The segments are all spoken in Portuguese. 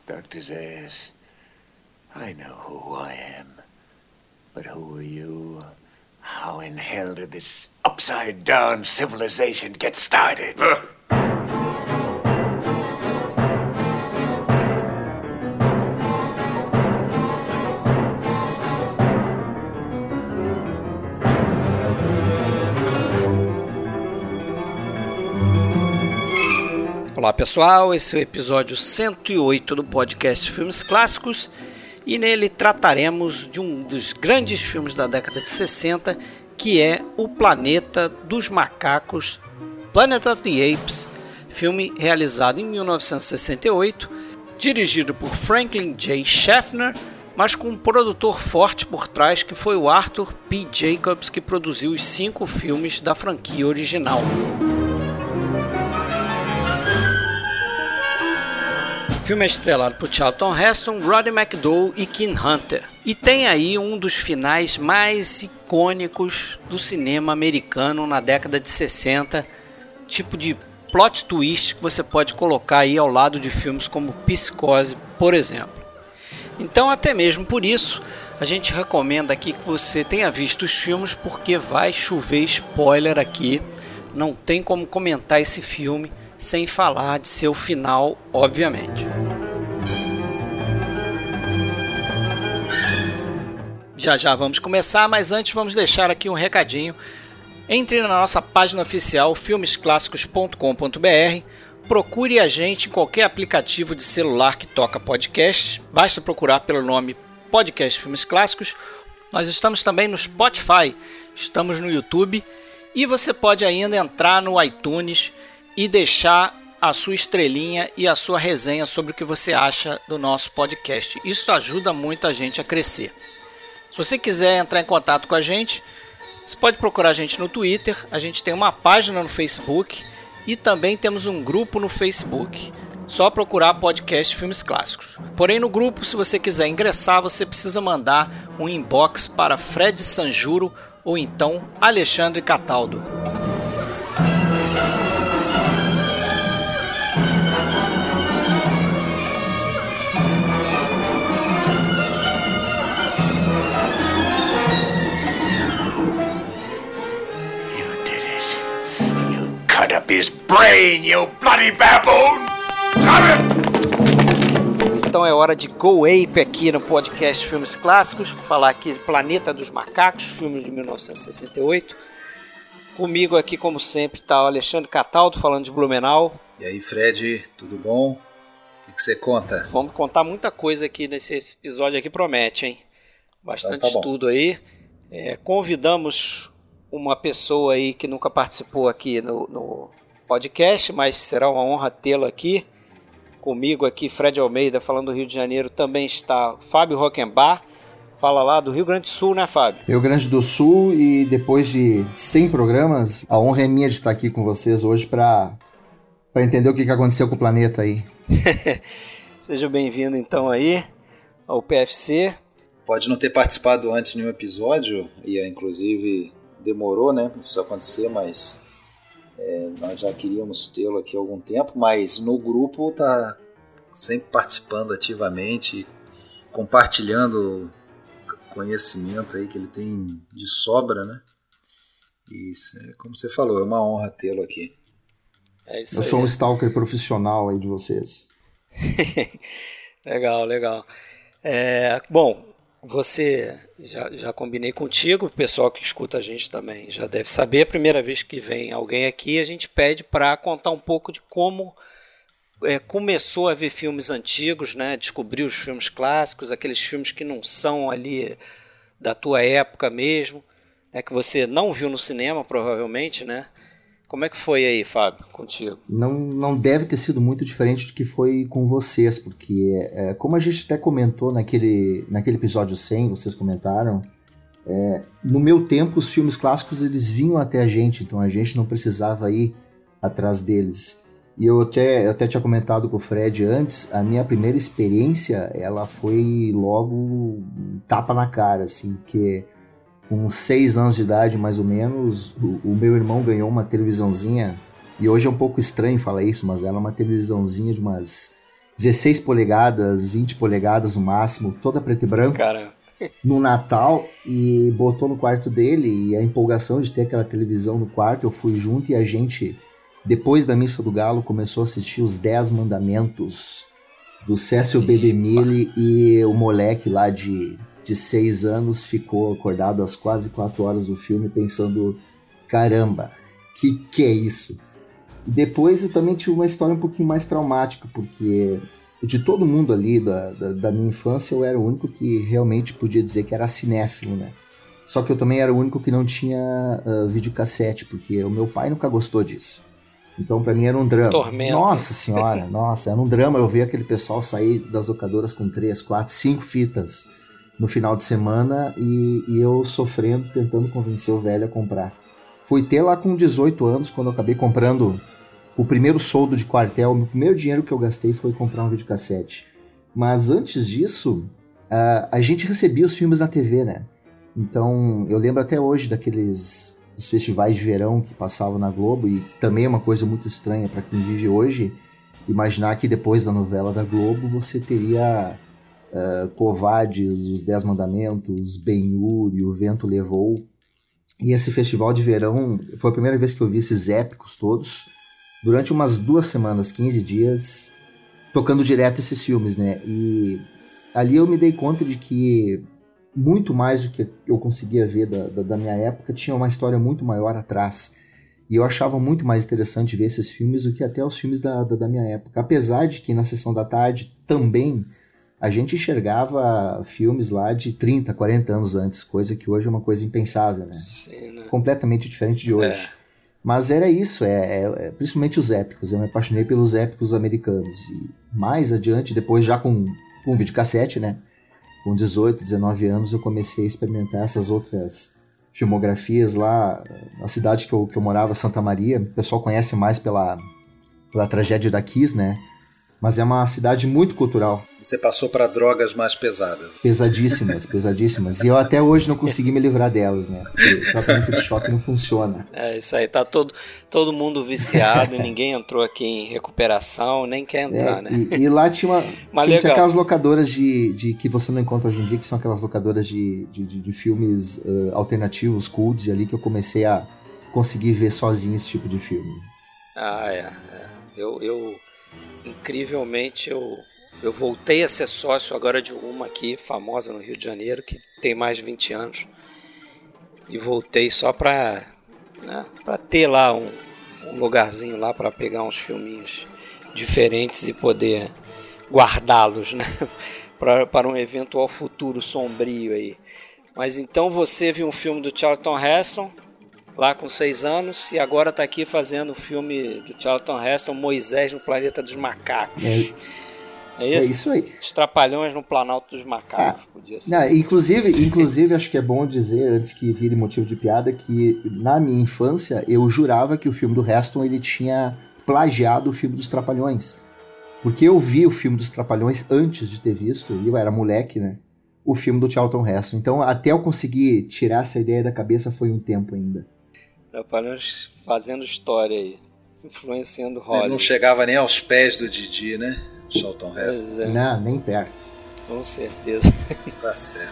Dr. Zayas, I know who I am. But who are you? How in hell did this upside-down civilization get started? Olá pessoal, esse é o episódio 108 do podcast Filmes Clássicos e nele trataremos de um dos grandes filmes da década de 60, que é O Planeta dos Macacos, Planet of the Apes, filme realizado em 1968, dirigido por Franklin J. Schaffner, mas com um produtor forte por trás que foi o Arthur P. Jacobs, que produziu os 5 filmes da franquia original. O filme é estrelado por Charlton Heston, Roddy McDowall e Kim Hunter. E tem aí um dos finais mais icônicos do cinema americano na década de 60, tipo de plot twist que você pode colocar aí ao lado de filmes como Psicose, por exemplo. Então, até mesmo por isso, a gente recomenda aqui que você tenha visto os filmes, porque vai chover spoiler aqui. Não tem como comentar esse filme sem falar de seu final, obviamente. Já vamos começar, mas antes vamos deixar aqui um recadinho. Entre na nossa página oficial filmesclassicos.com.br, procure a gente em qualquer aplicativo de celular que toca podcast, basta procurar pelo nome Podcast Filmes Clássicos. Nós estamos também no Spotify, estamos no YouTube e você pode ainda entrar no iTunes e deixar a sua estrelinha e a sua resenha sobre o que você acha do nosso podcast. Isso ajuda muito a gente a crescer. Se você quiser entrar em contato com a gente, você pode procurar a gente no Twitter, a gente tem uma página no Facebook e também temos um grupo no Facebook. Só procurar podcast Filmes Clássicos. Porém, no grupo, se você quiser ingressar, você precisa mandar um inbox para Fred Sanjuro ou então Alexandre Cataldo. Cut up his brain, you bloody baboon! Então é hora de Go Ape aqui no podcast Filmes Clássicos, falar aqui de Planeta dos Macacos, filme de 1968. Comigo aqui, como sempre, está o Alexandre Cataldo, falando de Blumenau. E aí, Fred, tudo bom? O que você conta? Vamos contar muita coisa aqui nesse episódio aqui, promete, hein? Bastante então, tá estudo aí. Convidamos uma pessoa aí que nunca participou aqui no podcast, mas será uma honra tê-lo aqui. Comigo aqui, Fred Almeida, falando do Rio de Janeiro, também está Fábio Rockenbach, fala lá do Rio Grande do Sul, né, Fábio? Rio Grande do Sul, e depois de 100 programas, a honra é minha de estar aqui com vocês hoje para entender o que aconteceu com o planeta aí. Seja bem-vindo então aí ao PFC. Pode não ter participado antes de nenhum episódio, e inclusive demorou, né, isso acontecer, mas nós já queríamos tê-lo aqui há algum tempo, mas no grupo tá sempre participando ativamente, compartilhando conhecimento aí que ele tem de sobra, né? E como você falou, é uma honra tê-lo aqui. Eu sou um stalker profissional aí de vocês. Legal. Bom, você, já combinei contigo, o pessoal que escuta a gente também já deve saber, a primeira vez que vem alguém aqui, a gente pede para contar um pouco de como começou a ver filmes antigos, né? Descobrir os filmes clássicos, aqueles filmes que não são ali da tua época mesmo, né? Que você não viu no cinema, provavelmente, né? Como é que foi aí, Fábio, contigo? Não deve ter sido muito diferente do que foi com vocês, porque como a gente até comentou naquele episódio 100, vocês comentaram, no meu tempo os filmes clássicos eles vinham até a gente, então a gente não precisava ir atrás deles. E eu até tinha comentado com o Fred antes, a minha primeira experiência ela foi logo um tapa na cara, assim, porque com 6 anos de idade, mais ou menos, o meu irmão ganhou uma televisãozinha, e hoje é um pouco estranho falar isso, mas ela é uma televisãozinha de umas 16 polegadas, 20 polegadas no máximo, toda preto e branco. Caramba. No Natal, e botou no quarto dele, e a empolgação de ter aquela televisão no quarto, eu fui junto e a gente, depois da Missa do Galo, começou a assistir os 10 Mandamentos do Cecil B. DeMille, e o moleque lá de 6 anos ficou acordado às quase 4 horas do filme pensando, caramba, que é isso? E depois eu também tive uma história um pouquinho mais traumática, porque de todo mundo ali da minha infância eu era o único que realmente podia dizer que era cinéfilo, né? Só que eu também era o único que não tinha videocassete, porque o meu pai nunca gostou disso. Então pra mim era um drama. Tormento. Nossa senhora, nossa, era um drama eu ver aquele pessoal sair das locadoras com 3, 4, 5 fitas no final de semana e eu sofrendo, tentando convencer o velho a comprar. Fui ter lá com 18 anos, quando eu acabei comprando o primeiro soldo de quartel. O primeiro dinheiro que eu gastei foi comprar um videocassete. Mas antes disso, a gente recebia os filmes na TV, né? Então, eu lembro até hoje daqueles os festivais de verão que passavam na Globo, e também é uma coisa muito estranha para quem vive hoje, imaginar que depois da novela da Globo você teria Covades, Os 10 Mandamentos, Ben-Hur e O Vento Levou. E esse festival de verão foi a primeira vez que eu vi esses épicos todos, durante umas 2 semanas, 15 dias, tocando direto esses filmes, né? E ali eu me dei conta de que muito mais do que eu conseguia ver da minha época, tinha uma história muito maior atrás. E eu achava muito mais interessante ver esses filmes do que até os filmes da minha época. Apesar de que na sessão da tarde também a gente enxergava filmes lá de 30, 40 anos antes, coisa que hoje é uma coisa impensável, né? Sim, né? Completamente diferente de hoje. Mas era isso, principalmente os épicos. Eu me apaixonei pelos épicos americanos. E mais adiante, depois já com videocassete, né? Com 18, 19 anos, eu comecei a experimentar essas outras filmografias lá. Na cidade que eu morava, Santa Maria, o pessoal conhece mais pela tragédia da Kiss, né? Mas é uma cidade muito cultural. Você passou para drogas mais pesadas. Pesadíssimas, pesadíssimas. E eu até hoje não consegui me livrar delas, né? Porque o tratamento de choque não funciona. É isso aí, tá todo mundo viciado e ninguém entrou aqui em recuperação, nem quer entrar, né? E lá tinha Mas tinha aquelas locadoras de que você não encontra hoje em dia, que são aquelas locadoras de filmes alternativos, cults, ali que eu comecei a conseguir ver sozinho esse tipo de filme. Eu incrivelmente, eu voltei a ser sócio agora de uma aqui, famosa no Rio de Janeiro, que tem mais de 20 anos. E voltei só para ter lá um lugarzinho lá para pegar uns filminhos diferentes e poder guardá-los, né? para um eventual futuro sombrio aí. Mas então você viu um filme do Charlton Heston lá com 6 anos, e agora está aqui fazendo o filme do Charlton Heston, Moisés no Planeta dos Macacos. É isso? É isso aí. Os Trapalhões no Planalto dos Macacos, podia ser. Não, inclusive, acho que é bom dizer, antes que vire motivo de piada, que na minha infância eu jurava que o filme do Heston ele tinha plagiado o filme dos Trapalhões. Porque eu vi o filme dos Trapalhões antes de ter visto, e eu era moleque, né? O filme do Charlton Heston. Então, até eu conseguir tirar essa ideia da cabeça foi um tempo ainda. Trapalhões fazendo história aí, influenciando Hollywood. Ele não chegava nem aos pés do Didi, né? Charlton Heston. Não, nem perto. Com certeza. Tá certo.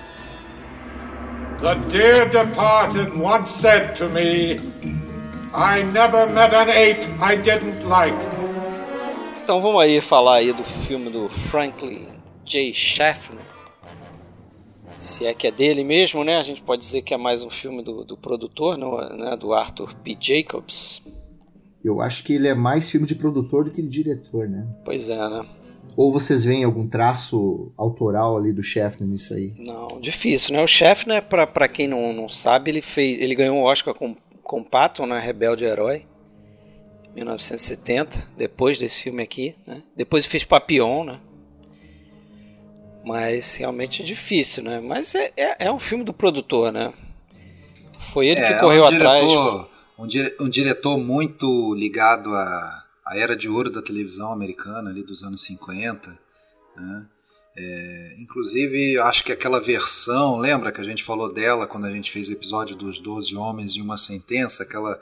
The dear departed once said to me, I never met an ape I didn't like. Então vamos aí falar aí do filme do Franklin J. Schaffner. Se é que é dele mesmo, né? A gente pode dizer que é mais um filme do produtor, não, né? Do Arthur P. Jacobs. Eu acho que ele é mais filme de produtor do que de diretor, né? Pois é, né? Ou vocês veem algum traço autoral ali do Schaffner nisso aí? Não, difícil, né? O Schaffner, pra quem não sabe, ele ganhou um Oscar com Patton, né? Rebelde Herói, 1970, depois desse filme aqui, né? Depois fez Papillon, né? Mas realmente é difícil, né? Mas é um filme do produtor, né? Foi ele que correu atrás. Um diretor muito ligado à era de ouro da televisão americana, ali dos anos 50. Né? Inclusive, acho que aquela versão, lembra que a gente falou dela quando a gente fez o episódio dos 12 Homens e uma Sentença?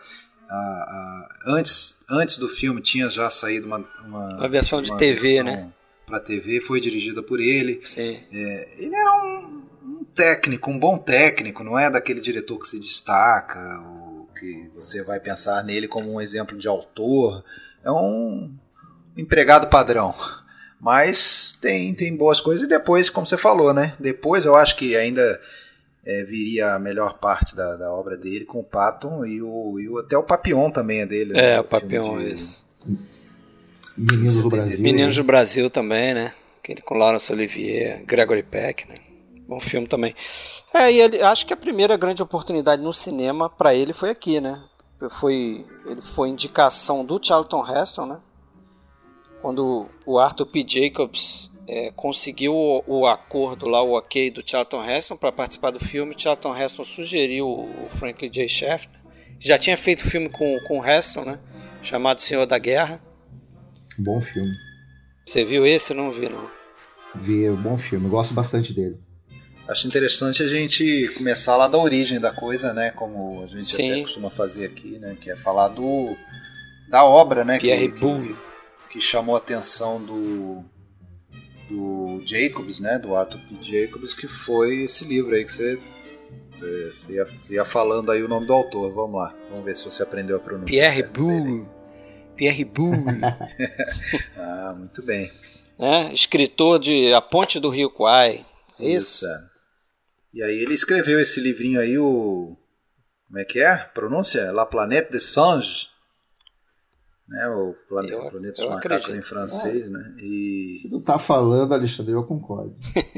Antes do filme tinha já saído uma versão de TV, né? Para TV, foi dirigida por ele. Sim. Ele era um técnico, um bom técnico, não é daquele diretor que se destaca, ou que você vai pensar nele como um exemplo de autor. É um empregado padrão. Mas tem boas coisas. E depois, como você falou, né? Depois eu acho que ainda viria a melhor parte da obra dele com o Patton e até o Papillon também é dele. Né? O Papillon, isso. Meninos do Brasil. Meninos do Brasil também, né? Aquele com Laurence Olivier, Gregory Peck, né? Bom filme também. E ele, acho que a primeira grande oportunidade no cinema para ele foi aqui, né? Ele foi indicação do Charlton Heston, né? Quando o Arthur P. Jacobs conseguiu o acordo lá, o ok do Charlton Heston para participar do filme, Charlton Heston sugeriu o Franklin J. Schaffner. Já tinha feito filme com o Heston, né? Chamado Senhor da Guerra. Bom filme. Você viu esse? Eu não vi, não. Vi, bom filme. Eu gosto bastante dele. Acho interessante a gente começar lá da origem da coisa, né? Como a gente até costuma fazer aqui, né? Que é falar da obra, né? Pierre Boulle. Que chamou a atenção do Jacobs, né? Do Arthur P. Jacobs, que foi esse livro aí que você ia falando aí o nome do autor. Vamos lá. Vamos ver se você aprendeu a pronúncia. Pierre Boulle. Pierre Boulle. Muito bem. Escritor de A Ponte do Rio Kwai. Isso. E aí ele escreveu esse livrinho aí, como é que é? Pronúncia? La Planète des Singes. Né? O Planeta dos Macacos em francês, né? Se tu tá falando, Alexandre, eu concordo.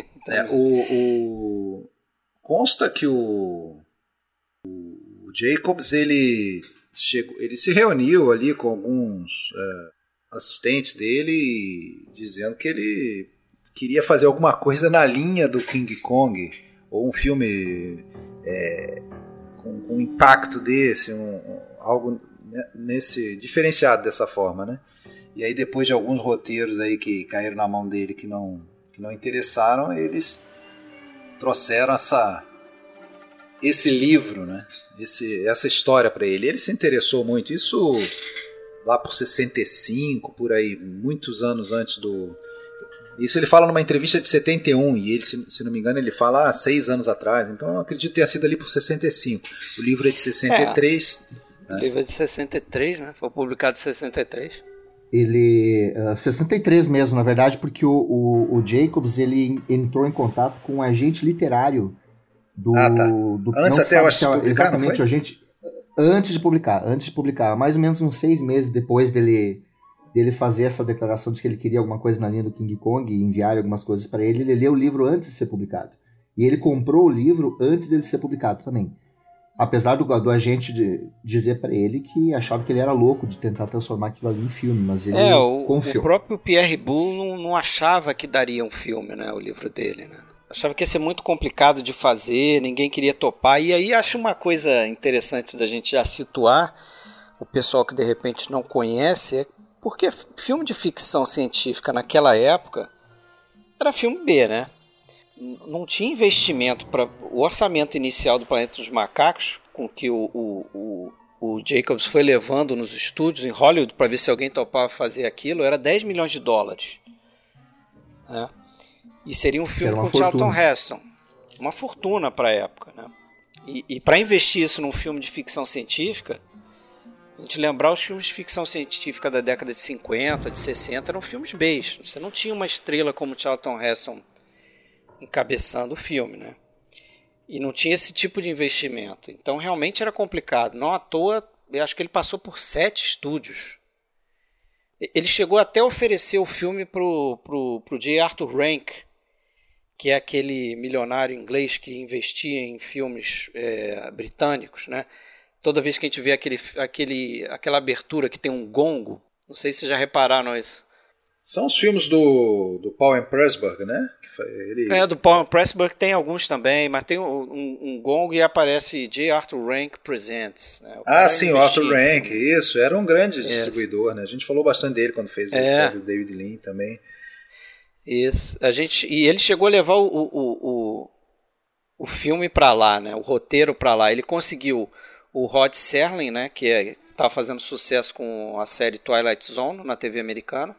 Consta que o Jacobs, ele se reuniu ali com alguns assistentes dele, dizendo que ele queria fazer alguma coisa na linha do King Kong, ou um filme com um impacto desse, algo nesse diferenciado dessa forma, né? E aí depois de alguns roteiros aí que caíram na mão dele que não interessaram, eles trouxeram esse livro, né? Essa história para ele. Ele se interessou muito, isso lá por 65, por aí, muitos anos antes do... Isso ele fala numa entrevista de 71, e ele, se não me engano, ele fala 6 anos atrás, então eu acredito ter sido ali por 65. O livro é de 63. O livro é de 63, né? Foi publicado em 63. Ele... 63 mesmo, na verdade, porque o Jacobs, ele entrou em contato com um agente literário do... Antes até, eu acho, de publicar, exatamente, não foi? O agente... Antes de publicar, mais ou menos uns 6 meses depois dele fazer essa declaração de que ele queria alguma coisa na linha do King Kong e enviar algumas coisas para ele leu o livro antes de ser publicado. E ele comprou o livro antes dele ser publicado também. Apesar do agente dizer para ele que achava que ele era louco de tentar transformar aquilo ali em filme, mas ele confiou. O próprio Pierre Boulle não achava que daria um filme, né, o livro dele, né? Achava que ia ser muito complicado de fazer, ninguém queria topar. E aí acho uma coisa interessante da gente já situar o pessoal que de repente não conhece, porque filme de ficção científica naquela época era filme B, né? Não tinha investimento para o orçamento inicial do Planeta dos Macacos, com que o Jacobs foi levando nos estúdios em Hollywood para ver se alguém topava fazer aquilo, era $10 milhões. Né? E seria um filme com o Charlton Heston. Uma fortuna para a época. Né? E para investir isso num filme de ficção científica, a gente lembrar, os filmes de ficção científica da década de 50, de 60, eram filmes B. Você não tinha uma estrela como Charlton Heston encabeçando o filme, né? E não tinha esse tipo de investimento. Então realmente era complicado. Não à toa, eu acho que ele passou por 7 estúdios. Ele chegou até a oferecer o filme pro J. Arthur Rank, que é aquele milionário inglês que investia em filmes britânicos, né? Toda vez que a gente vê aquela abertura que tem um gongo, não sei se vocês já repararam isso. São os filmes do Paul Pressburger, né? Do Paul Pressburger tem alguns também, mas tem um gongo e aparece J. Arthur Rank Presents. Né? Sim, o Arthur Rank, isso. Era um grande distribuidor, né? A gente falou bastante dele quando fez o David Lean também. Isso. E ele chegou a levar o filme para lá, né? O roteiro para lá. Ele conseguiu o Rod Serling, né? Que estava fazendo sucesso com a série Twilight Zone na TV americana.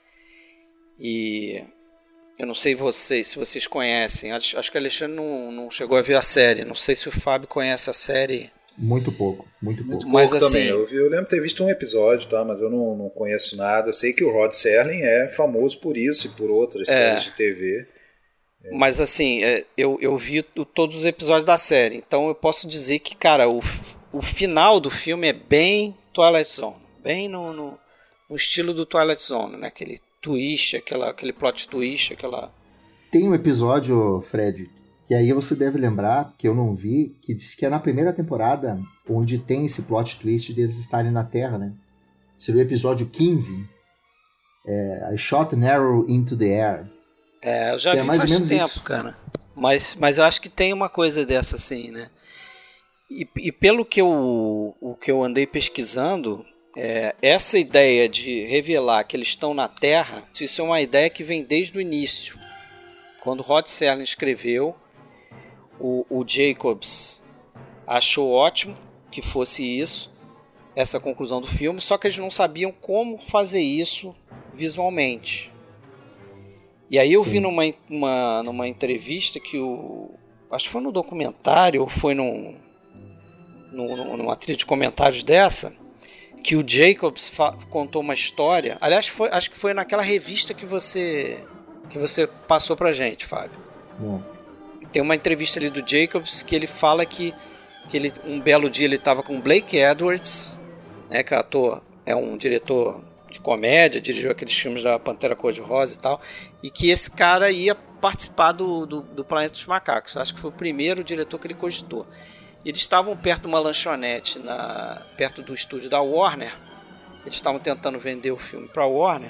E eu não sei se vocês conhecem. Acho que o Alexandre não chegou a ver a série. Não sei se o Fábio conhece a série. Muito pouco. Mas assim, também. Eu lembro de ter visto um episódio, tá? Mas eu não conheço nada. Eu sei que o Rod Serling é famoso por isso e por outras séries de TV. Mas assim, eu vi todos os episódios da série. Então eu posso dizer que, cara, o final do filme é bem Twilight Zone. Bem no estilo do Twilight Zone, né? Aquele twist, aquele plot twist, Tem um episódio, Fred, que aí você deve lembrar, que eu não vi, que diz que é na primeira temporada, onde tem esse plot twist deles estarem na Terra, né? Seria o episódio 15. I shot an arrow into the air. Eu já vi mais faz ou menos tempo, isso, cara. Mas eu acho que tem uma coisa dessa assim, né? E pelo que eu andei pesquisando, essa ideia de revelar que eles estão na Terra, isso é uma ideia que vem desde o início. Quando Rod Serling escreveu, o Jacobs achou ótimo que fosse isso, essa conclusão do filme, só que eles não sabiam como fazer isso visualmente. E aí eu vi numa entrevista que acho que foi no documentário ou foi numa trilha de comentários dessa, que o Jacobs contou uma história. Aliás, acho que foi naquela revista que você passou pra gente, Fábio. Tem uma entrevista ali do Jacobs que ele fala que um belo dia ele estava com Blake Edwards, né, que é ator, é um diretor de comédia, dirigiu aqueles filmes da Pantera Cor-de-Rosa e tal, e que esse cara ia participar do Planeta dos Macacos. Acho que foi o primeiro diretor que ele cogitou. Eles estavam perto de uma lanchonete, perto do estúdio da Warner. Eles estavam tentando vender o filme para a Warner.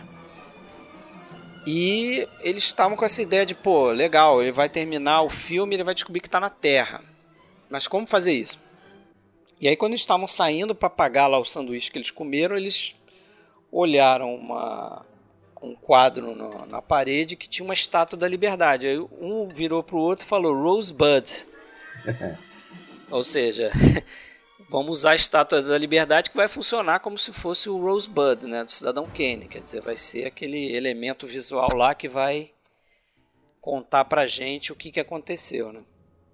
E eles estavam com essa ideia de, pô, legal, ele vai terminar o filme e ele vai descobrir que está na Terra. Mas como fazer isso? E aí quando eles estavam saindo para pagar lá o sanduíche que eles comeram, eles olharam um quadro na parede que tinha uma estátua da Liberdade. Aí um virou pro outro e falou Rosebud. Ou seja, vamos usar a estátua da Liberdade que vai funcionar como se fosse o Rosebud, né, do Cidadão Kane. Quer dizer, vai ser aquele elemento visual lá que vai contar pra gente o que aconteceu, né?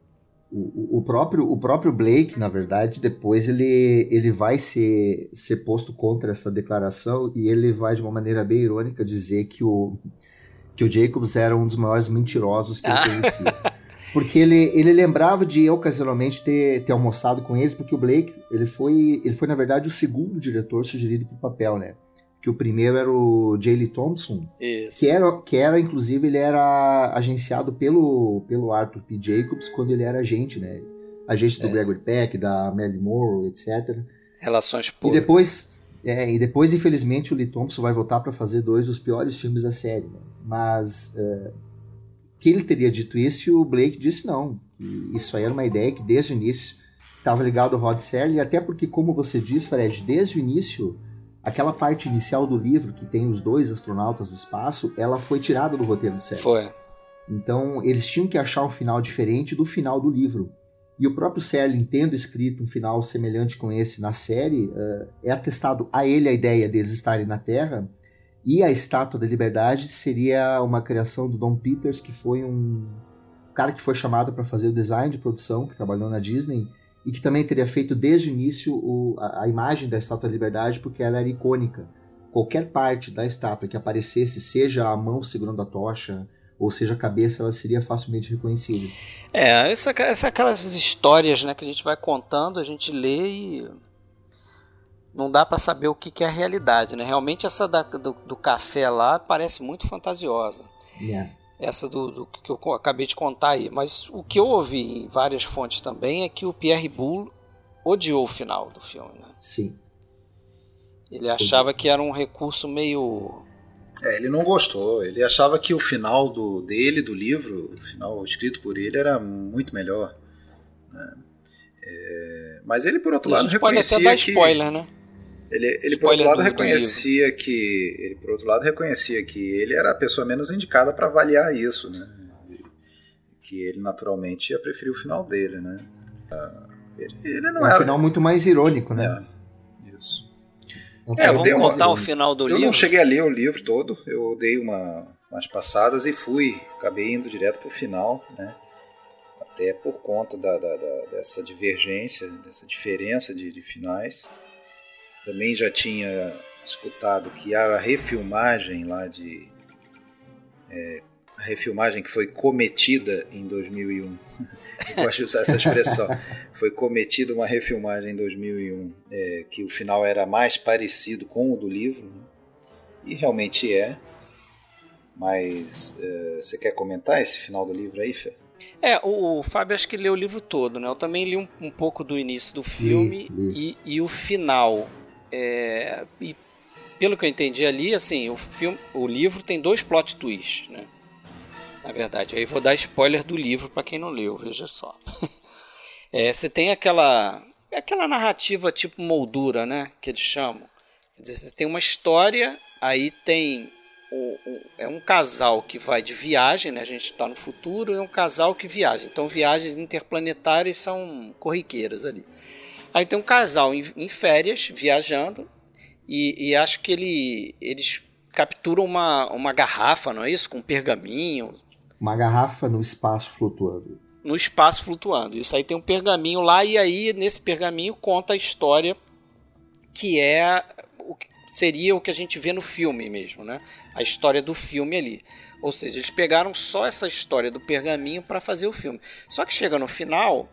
O próprio Blake, na verdade, depois ele vai ser posto contra essa declaração e ele vai, de uma maneira bem irônica, dizer que o Jacobs era um dos maiores mentirosos que ele conhecia. Porque ele lembrava de ocasionalmente ter almoçado com eles, porque o Blake ele foi, na verdade, o segundo diretor sugerido para o papel, né? Que o primeiro era o J. Lee Thompson, que era, inclusive, ele era agenciado pelo Arthur P. Jacobs quando ele era agente, né? Agente do Gregory Peck, da Marilyn Monroe, etc. Relações públicas. E depois, infelizmente, o Lee Thompson vai voltar para fazer 2 dos piores filmes da série, né? Mas que ele teria dito isso e o Blake disse não. Que isso aí era uma ideia que desde o início estava ligado ao Rod Serling, até porque, como você disse, Fred, desde o início, aquela parte inicial do livro, que tem os 2 astronautas do espaço, ela foi tirada do roteiro do Serling. Foi. Então, eles tinham que achar um final diferente do final do livro. E o próprio Serling, tendo escrito um final semelhante com esse na série, é atestado a ele a ideia deles estarem na Terra, e a Estátua da Liberdade seria uma criação do Don Peters, que foi um cara que foi chamado para fazer o design de produção, que trabalhou na Disney, e que também teria feito desde o início a imagem da Estátua da Liberdade, porque ela era icônica. Qualquer parte da estátua que aparecesse, seja a mão segurando a tocha, ou seja a cabeça, ela seria facilmente reconhecível. Aquelas histórias, né, que a gente vai contando, a gente lê e não dá para saber o que é a realidade, né? Realmente essa do café lá parece muito fantasiosa. Essa do que eu acabei de contar aí. Mas o que eu ouvi em várias fontes também é que o Pierre Boulle odiou o final do filme, né? Sim. Ele achava que era um recurso meio... ele não gostou. Ele achava que o final do livro, o final escrito por ele, era muito melhor, né? Mas ele, por outro lado, reconhecia pode até dar spoiler, né? Ele por outro lado reconhecia que ele era a pessoa menos indicada para avaliar isso, né? Que ele naturalmente ia preferir o final dele, né? Ele não era um final muito mais irônico, né? Isso. Vamos contar o final do livro? Eu não cheguei a ler o livro todo, eu dei umas passadas e acabei indo direto pro final, né? Até por conta dessa divergência, dessa diferença de finais. Também já tinha escutado que a refilmagem lá a refilmagem que foi cometida em 2001, eu gosto de usar essa expressão, foi cometida uma refilmagem em 2001, que o final era mais parecido com o do livro, né? E realmente é. Mas você quer comentar esse final do livro aí, Fê? O Fábio acho que leu o livro todo, né? Eu também li um pouco do início do filme e o final. E pelo que eu entendi ali, assim, o livro tem 2 plot twists, né? Na verdade, aí vou dar spoiler do livro para quem não leu, veja só. Você tem aquela narrativa tipo moldura, né? Que eles chamam. Quer dizer, você tem uma história, aí tem um casal que vai de viagem, né? A gente está no futuro, é um casal que viaja. Então viagens interplanetárias são corriqueiras ali. Aí tem um casal em férias, viajando, e acho que eles capturam uma garrafa, não é isso? Com um pergaminho. Uma garrafa no espaço flutuando. No espaço flutuando. Isso aí tem um pergaminho lá, e aí nesse pergaminho conta a história que seria o que a gente vê no filme mesmo, né? A história do filme ali. Ou seja, eles pegaram só essa história do pergaminho para fazer o filme. Só que chega no final,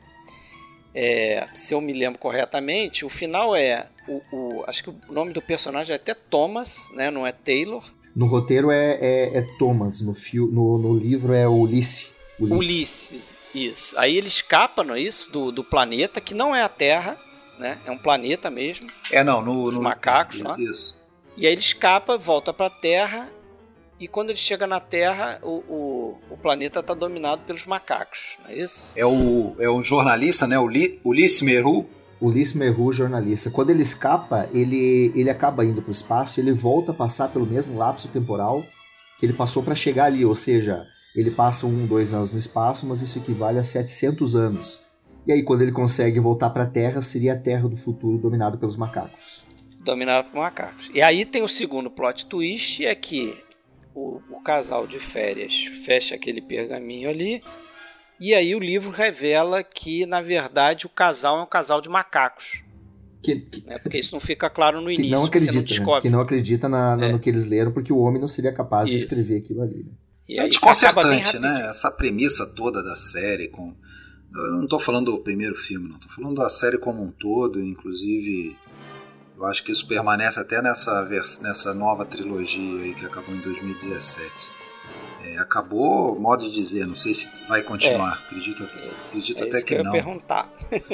se eu me lembro corretamente, o final acho que o nome do personagem é até Thomas, né? Não é Taylor. No roteiro é Thomas, no livro é Ulisses. Ulisses, isso. Aí ele escapa, não é isso? Do planeta, que não é a Terra, né? É um planeta mesmo. Os macacos lá. Isso. E aí ele escapa, volta para a Terra, e quando ele chega na Terra, o planeta está dominado pelos macacos, não é isso? É o jornalista, né? Ulisses Merru. Ulisses Merru, jornalista. Quando ele escapa, ele acaba indo para o espaço, ele volta a passar pelo mesmo lapso temporal que ele passou para chegar ali, ou seja, ele passa 2 anos no espaço, mas isso equivale a 700 anos. E aí, quando ele consegue voltar para a Terra, seria a Terra do futuro dominada pelos macacos. Dominada por macacos. E aí tem o segundo plot twist, é que o casal de férias fecha aquele pergaminho ali, e aí o livro revela que, na verdade, o casal é um casal de macacos. Porque isso não fica claro no início, você não descobre. Né? Que não acredita no que eles leram, porque o homem não seria capaz de escrever aquilo ali. Né? E aí, é desconcertante, né? Essa premissa toda da série. Eu não estou falando do primeiro filme, não. Estou falando da série como um todo, inclusive. Eu acho que isso permanece até nessa nova trilogia aí que acabou em 2017. Acabou, modo de dizer, não sei se vai continuar. Acredito até que não. Eu ia perguntar.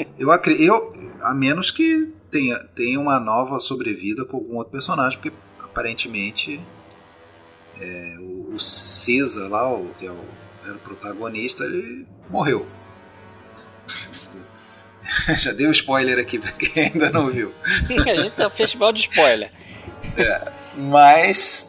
A menos que tenha uma nova sobrevida com algum outro personagem, porque aparentemente o César lá, que era o protagonista, ele morreu. Já dei um spoiler aqui pra quem ainda não viu. A gente tá no festival de spoiler. Mas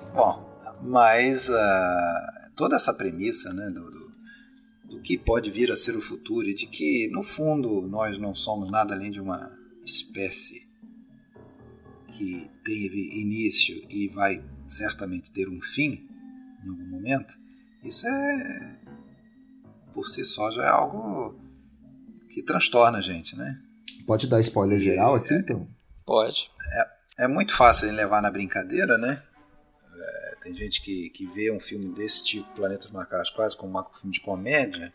toda essa premissa, né, do que pode vir a ser o futuro, e de que no fundo nós não somos nada além de uma espécie que teve início e vai certamente ter um fim em algum momento, isso por si só já é algo que transtorna a gente, né? Pode dar spoiler geral aqui, então? Pode. É muito fácil de levar na brincadeira, né? Tem gente que vê um filme desse tipo, Planeta dos Macacos, quase como um filme de comédia,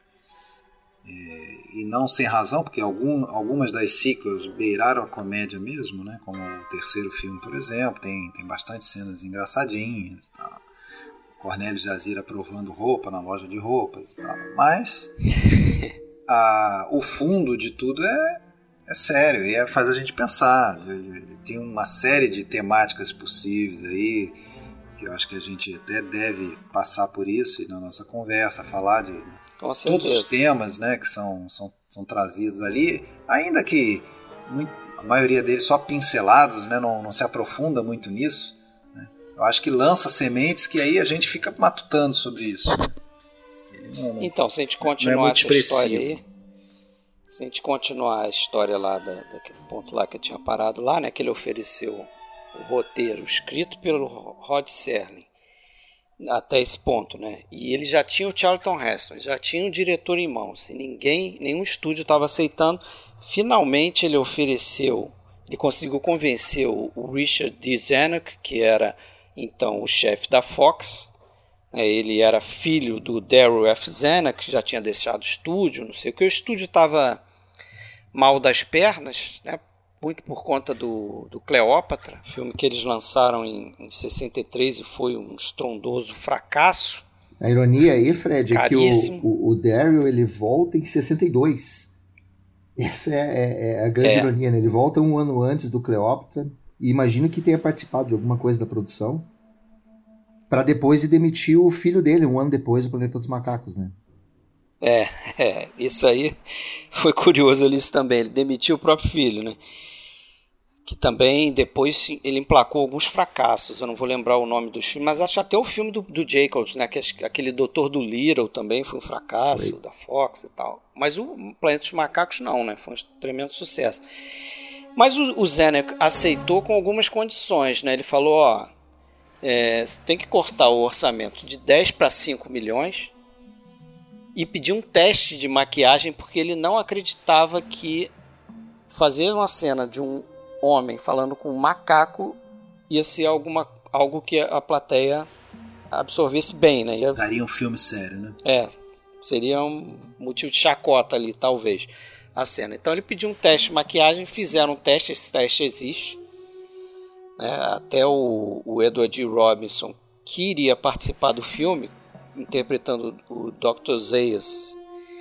e não sem razão, porque algumas das sequels beiraram a comédia mesmo, né? Como o terceiro filme, por exemplo, tem bastante cenas engraçadinhas, tal. Cornélio Jazira provando roupa na loja de roupas e tal. Mas o fundo de tudo é sério, e faz a gente pensar. Tem uma série de temáticas possíveis aí, que eu acho que a gente até deve passar por isso na nossa conversa, falar de todos os temas, né, que são trazidos ali, ainda que a maioria deles só pincelados, né, não se aprofunda muito nisso, né. Eu acho que lança sementes que aí a gente fica matutando sobre isso. Então, se a gente continuar essa história aí, se a gente continuar a história lá daquele ponto lá que eu tinha parado lá, né, que ele ofereceu o roteiro, escrito pelo Rod Serling, até esse ponto, né? E ele já tinha o Charlton Heston, já tinha o diretor em mãos, e nenhum estúdio estava aceitando. Finalmente ele conseguiu convencer o Richard D. Zanuck, que era então o chefe da Fox. Ele era filho do Darryl F. Zanuck, que já tinha deixado o estúdio, não sei o que. O estúdio estava mal das pernas, né? Muito por conta do Cleópatra, filme que eles lançaram em 63 e foi um estrondoso fracasso. A ironia aí, Fred, caríssimo. É que o Darryl ele volta em 62. Essa é a grande ironia, né? Ele volta um ano antes do Cleópatra e imagino que tenha participado de alguma coisa da produção para depois ir demitir o filho dele um ano depois do Planeta dos Macacos, né? Isso aí foi curioso ali isso também. Ele demitiu o próprio filho, né? Que também depois ele emplacou alguns fracassos. Eu não vou lembrar o nome dos filmes, mas acho até o filme do Jacobs, né? Aquele Doutor Dolittle também foi um fracasso da Fox e tal. Mas o Planeta dos Macacos não, né? Foi um tremendo sucesso. Mas o Zanuck aceitou com algumas condições, né? Ele falou, você tem que cortar o orçamento de 10 para 5 milhões e pedir um teste de maquiagem, porque ele não acreditava que fazer uma cena de um homem falando com um macaco ia ser algo que a plateia absorvesse bem, né? Daria um filme sério, né? Seria um motivo de chacota ali, talvez, a cena. Então ele pediu um teste de maquiagem, fizeram um teste, esse teste existe, né? Até o Edward G. Robinson, que iria participar do filme, interpretando o Dr. Zaius,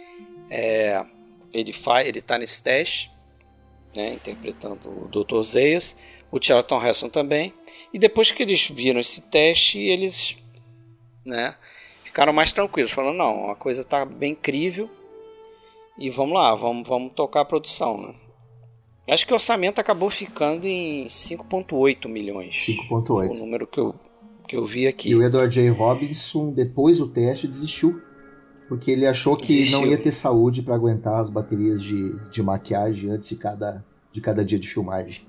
ele está nesse teste, né, interpretando o Dr. Zaius, o Charlton Heston também. E depois que eles viram esse teste, eles, né, ficaram mais tranquilos, falando, não, a coisa está bem incrível e vamos lá, vamos tocar a produção, né? Acho que o orçamento acabou ficando em 5,8 milhões. 5,8. Foi o número que eu vi aqui. E o Edward J. Robinson, depois do teste, desistiu. Porque ele achou que não ia ter saúde para aguentar as baterias de maquiagem antes de cada dia de filmagem.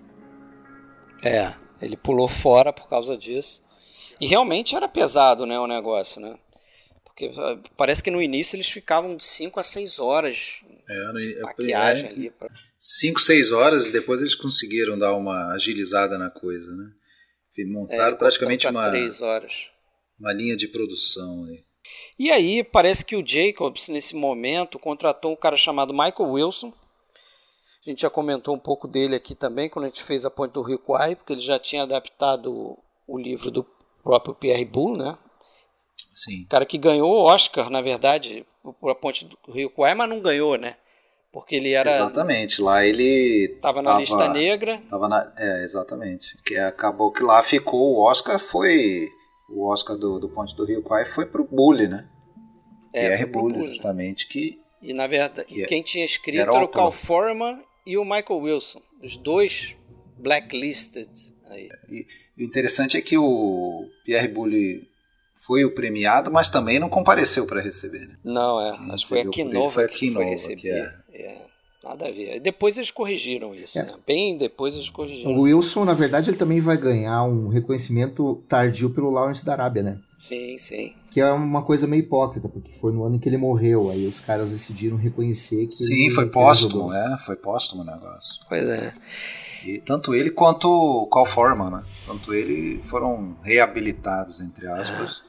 Ele pulou fora por causa disso. E realmente era pesado, né, o negócio, né? Porque parece que no início eles ficavam de 5 a 6 horas de maquiagem ali. 5, 6 horas e depois eles conseguiram dar uma agilizada na coisa, né? Montaram praticamente 3 horas. Uma linha de produção aí. E aí parece que o Jacobs nesse momento contratou um cara chamado Michael Wilson. A gente já comentou um pouco dele aqui também quando a gente fez A Ponte do Rio Kwai, porque ele já tinha adaptado o livro do próprio Pierre Boulle, né? Sim. O cara que ganhou o Oscar, na verdade, por A Ponte do Rio Kwai, mas não ganhou, né? Porque ele era... Exatamente, lá ele... Estava na lista negra. Exatamente. Que acabou que lá ficou, o Oscar foi... O Oscar do Ponte do Rio Kwai foi pro Boulle, né? Pierre Boulle, justamente, que... E na verdade, quem tinha escrito era o Cal Foreman e o Michael Wilson. Os dois blacklisted aí. E o interessante é que o Pierre Boulle foi o premiado, mas também não compareceu para receber, né? Não, acho que foi a Kinova que foi receber. Nada a ver. Depois eles corrigiram isso, né? Bem depois eles corrigiram. O Wilson, na verdade, ele também vai ganhar um reconhecimento tardio pelo Lawrence da Arábia, né? Sim, sim. Que é uma coisa meio hipócrita, porque foi no ano em que ele morreu, aí os caras decidiram reconhecer que sim, foi póstumo, foi póstumo o negócio. Pois é. E tanto ele quanto o Cal Foreman, né? Tanto ele foram reabilitados, entre aspas,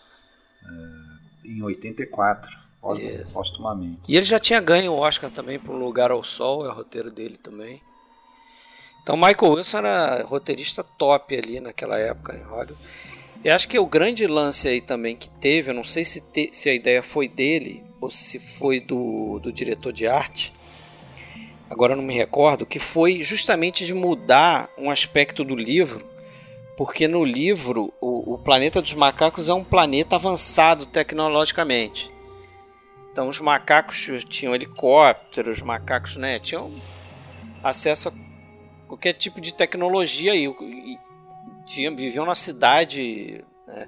em 84. Postumamente. E ele já tinha ganho o Oscar também por Um Lugar ao Sol, é o roteiro dele também. Então Michael Wilson era roteirista top ali naquela época em Hollywood. E acho que o grande lance aí também que teve, eu não sei se a ideia foi dele ou se foi do diretor de arte, agora eu não me recordo, que foi justamente de mudar um aspecto do livro, porque no livro o Planeta dos Macacos é um planeta avançado tecnologicamente. Então os macacos tinham helicópteros, os macacos, né, tinham acesso a qualquer tipo de tecnologia e viviam na cidade, né,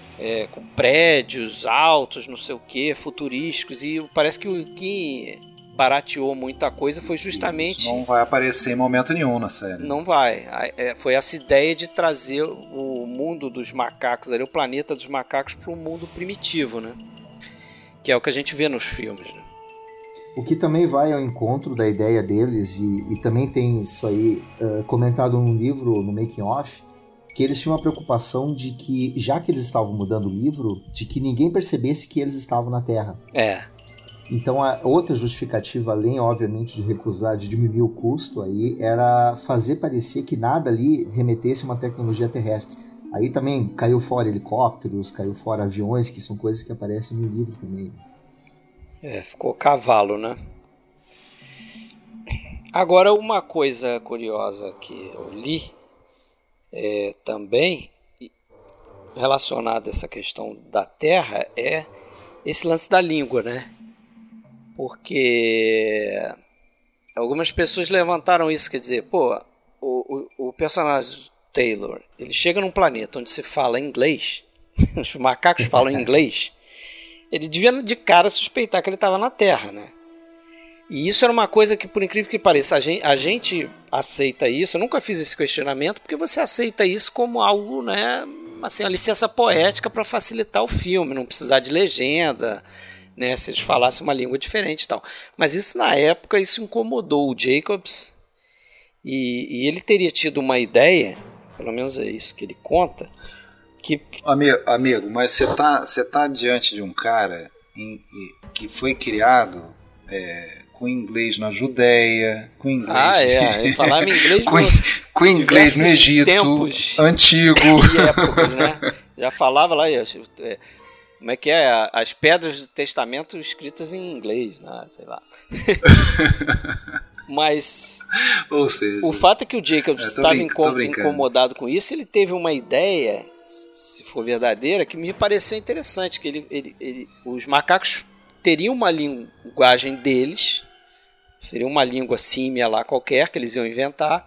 com prédios altos, não sei o que, futurísticos, e parece que o que barateou muita coisa foi justamente... Isso não vai aparecer em momento nenhum na série. Não vai. Foi essa ideia de trazer o mundo dos macacos, ali, o planeta dos macacos, para um mundo primitivo, né? Que é o que a gente vê nos filmes, né? O que também vai ao encontro da ideia deles, e também tem isso aí comentado num livro, no Making Off, que eles tinham uma preocupação de que, já que eles estavam mudando o livro, de que ninguém percebesse que eles estavam na Terra. Então, a outra justificativa, além, obviamente, de recusar, de diminuir o custo, aí, era fazer parecer que nada ali remetesse a uma tecnologia terrestre. Aí também caiu fora helicópteros, caiu fora aviões, que são coisas que aparecem no livro também. Ficou cavalo, né? Agora, uma coisa curiosa que eu li também, relacionada a essa questão da Terra, é esse lance da língua, né? Porque algumas pessoas levantaram isso, quer dizer, o personagem Taylor, ele chega num planeta onde se fala inglês, os macacos falam inglês, ele devia de cara suspeitar que ele estava na Terra, né? E isso era uma coisa que, por incrível que pareça, a gente aceita isso. Eu nunca fiz esse questionamento, porque você aceita isso como algo, né, assim, uma licença poética para facilitar o filme, não precisar de legenda, né, se eles falassem uma língua diferente e tal. Mas isso, na época, isso incomodou o Jacobs, e ele teria tido uma ideia, pelo menos é isso que ele conta, que... Amigo, mas você tá diante de um cara que foi criado com inglês na Judéia, com inglês... Ele falava inglês com inglês no Egito, tempos antigo. E épocas, né? Já falava lá, como é que é? As pedras do testamento escritas em inglês, né? Sei lá. Mas ou seja, o fato é que o Jacobs estava incomodado com isso. Ele teve uma ideia, se for verdadeira, que me pareceu interessante, que os macacos teriam uma linguagem deles, seria uma língua símia lá qualquer que eles iam inventar,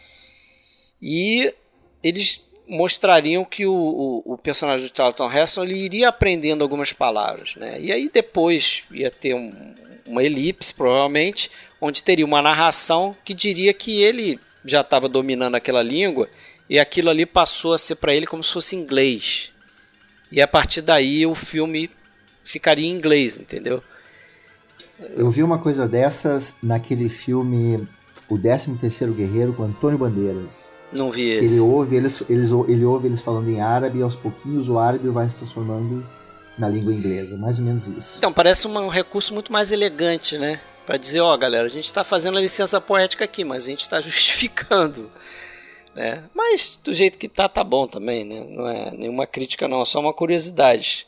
e eles mostrariam que o personagem do Charlton Heston ele iria aprendendo algumas palavras, né? E aí depois ia ter uma elipse, provavelmente, onde teria uma narração que diria que ele já estava dominando aquela língua e aquilo ali passou a ser para ele como se fosse inglês. E a partir daí o filme ficaria em inglês, entendeu? Eu vi uma coisa dessas naquele filme O 13º Guerreiro com Antônio Bandeiras. Não vi esse. Ele ouve eles falando em árabe e aos pouquinhos o árabe vai se transformando na língua inglesa. Mais ou menos isso. Então, parece um recurso muito mais elegante, né? Para dizer, galera, a gente está fazendo a licença poética aqui, mas a gente está justificando, né? Mas do jeito que tá bom também, né? Não é nenhuma crítica não, é só uma curiosidade.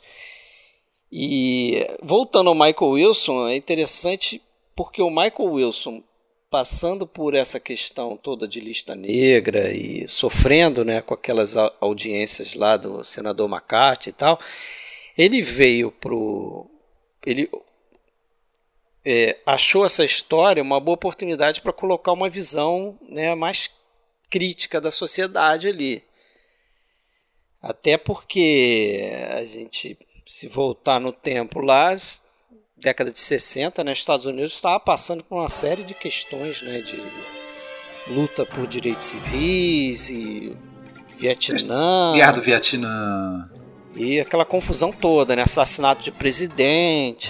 E voltando ao Michael Wilson, é interessante porque o Michael Wilson, passando por essa questão toda de lista negra e sofrendo, né, com aquelas audiências lá do senador McCarthy e tal, ele veio ele achou essa história uma boa oportunidade para colocar uma visão, né, mais crítica da sociedade ali. Até porque a gente, se voltar no tempo lá, década de 60, né, Estados Unidos estava passando por uma série de questões, né, de luta por direitos civis e Vietnã. Guerra do Vietnã. E aquela confusão toda, né, assassinato de presidente.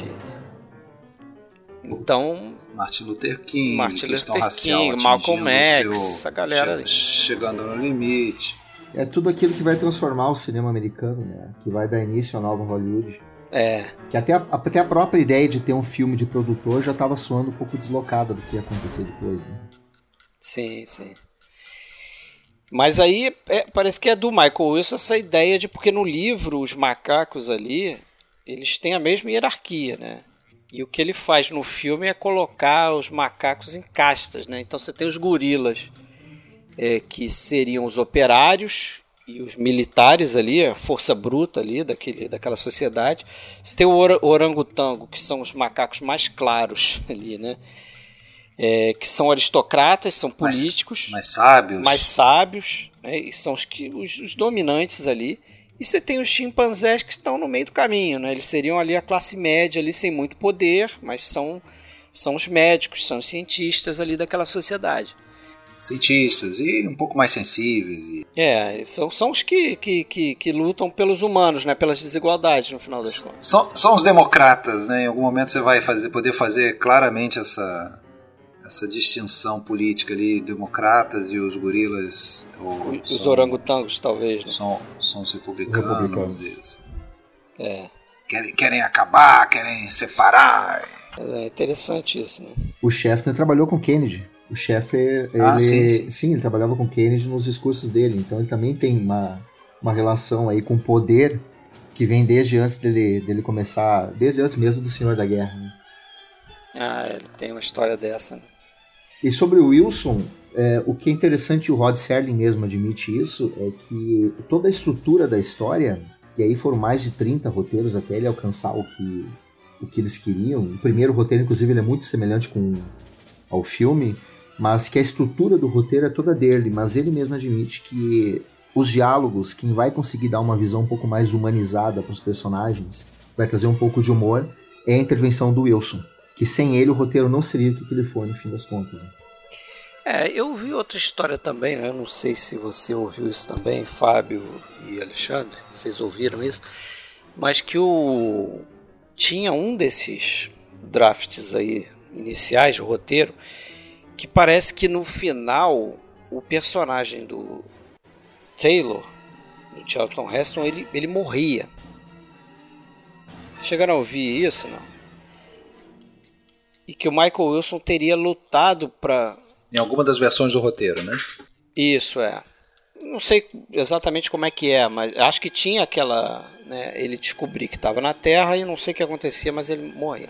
Então, Martin Luther King, racial, Malcolm X, a galera chegando no limite. É tudo aquilo que vai transformar o cinema americano, né? Que vai dar início à nova Hollywood. Que até a própria ideia de ter um filme de produtor já estava soando um pouco deslocada do que ia acontecer depois, né? Sim, sim. Mas aí parece que é do Michael Wilson essa ideia de, porque no livro os macacos ali, eles têm a mesma hierarquia, né? E o que ele faz no filme é colocar os macacos em castas, né? Então você tem os gorilas, que seriam os operários e os militares ali, a força bruta ali daquela sociedade. Você tem o orangotango, que são os macacos mais claros ali, né? Que são aristocratas, são políticos, mais sábios, né? E são os dominantes ali. E você tem os chimpanzés que estão no meio do caminho, né? Eles seriam ali a classe média ali, sem muito poder, mas são são os médicos, são os cientistas ali daquela sociedade. Cientistas e um pouco mais sensíveis. São os que lutam pelos humanos, né? Pelas desigualdades, no final das contas. São os democratas, né? Em algum momento você vai poder fazer claramente essa distinção política ali, democratas e os gorilas. Os orangotangos, talvez, né? São os republicanos. Isso. É. Querem acabar, querem separar. É interessante isso, né? O Schaffner trabalhou com Kennedy. O Schaeffer, ele trabalhava com Kennedy nos discursos dele, então ele também tem uma relação aí com o poder que vem desde antes dele começar, desde antes mesmo do Senhor da Guerra. Né? Ele tem uma história dessa, né? E sobre o Wilson, o que é interessante, o Rod Serling mesmo admite isso, é que toda a estrutura da história, e aí foram mais de 30 roteiros até ele alcançar o que eles queriam. O primeiro roteiro, inclusive, ele é muito semelhante ao filme, mas que a estrutura do roteiro é toda dele, mas ele mesmo admite que os diálogos, quem vai conseguir dar uma visão um pouco mais humanizada para os personagens, vai trazer um pouco de humor, é a intervenção do Wilson, que sem ele o roteiro não seria o que ele foi no fim das contas. Né? Eu vi outra história também, né? Eu não sei se você ouviu isso também, Fábio e Alexandre, vocês ouviram isso, mas que tinha um desses drafts aí iniciais do roteiro, que parece que no final o personagem do Taylor, do Charlton Heston, ele morria. Chegaram a ouvir isso, não? E que o Michael Wilson teria lutado para... Em alguma das versões do roteiro, né? Isso, Não sei exatamente como é que é, mas acho que tinha aquela... Né, ele descobriu que estava na Terra e não sei o que acontecia, mas ele morria.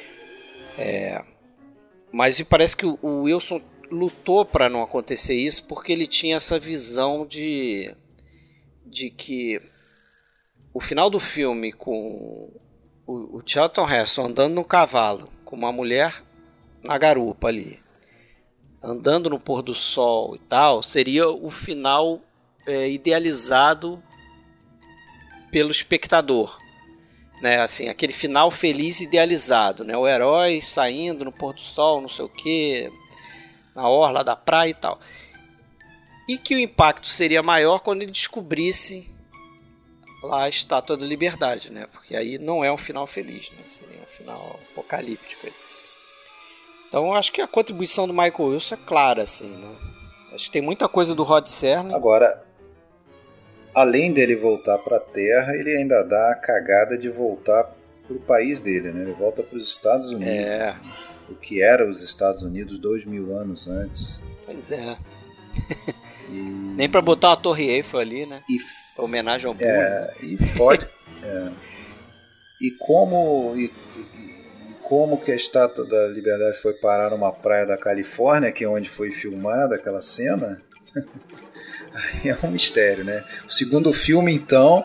Mas parece que o Wilson lutou para não acontecer isso, porque ele tinha essa visão de que o final do filme com o Charlton Heston andando no cavalo com uma mulher na garupa ali, andando no pôr do sol e tal, seria o final idealizado pelo espectador. Né, assim, aquele final feliz idealizado, né? O herói saindo no pôr do sol, não sei o que, na orla da praia e tal. E que o impacto seria maior quando ele descobrisse lá a Estátua da Liberdade, né? Porque aí não é um final feliz, né? Seria um final apocalíptico. Então eu acho que a contribuição do Michael Wilson é clara, assim, né? Acho que tem muita coisa do Rod Serling. Agora, além dele voltar para a Terra, ele ainda dá a cagada de voltar para o país dele, né? Ele volta para os Estados Unidos. O que era os Estados Unidos 2000 anos antes. Pois é. Nem para botar uma Torre Eiffel ali, né? Homenagem ao Boone. E fode. E como que a Estátua da Liberdade foi parar numa praia da Califórnia, que é onde foi filmada aquela cena... É um mistério, né? O segundo filme, então,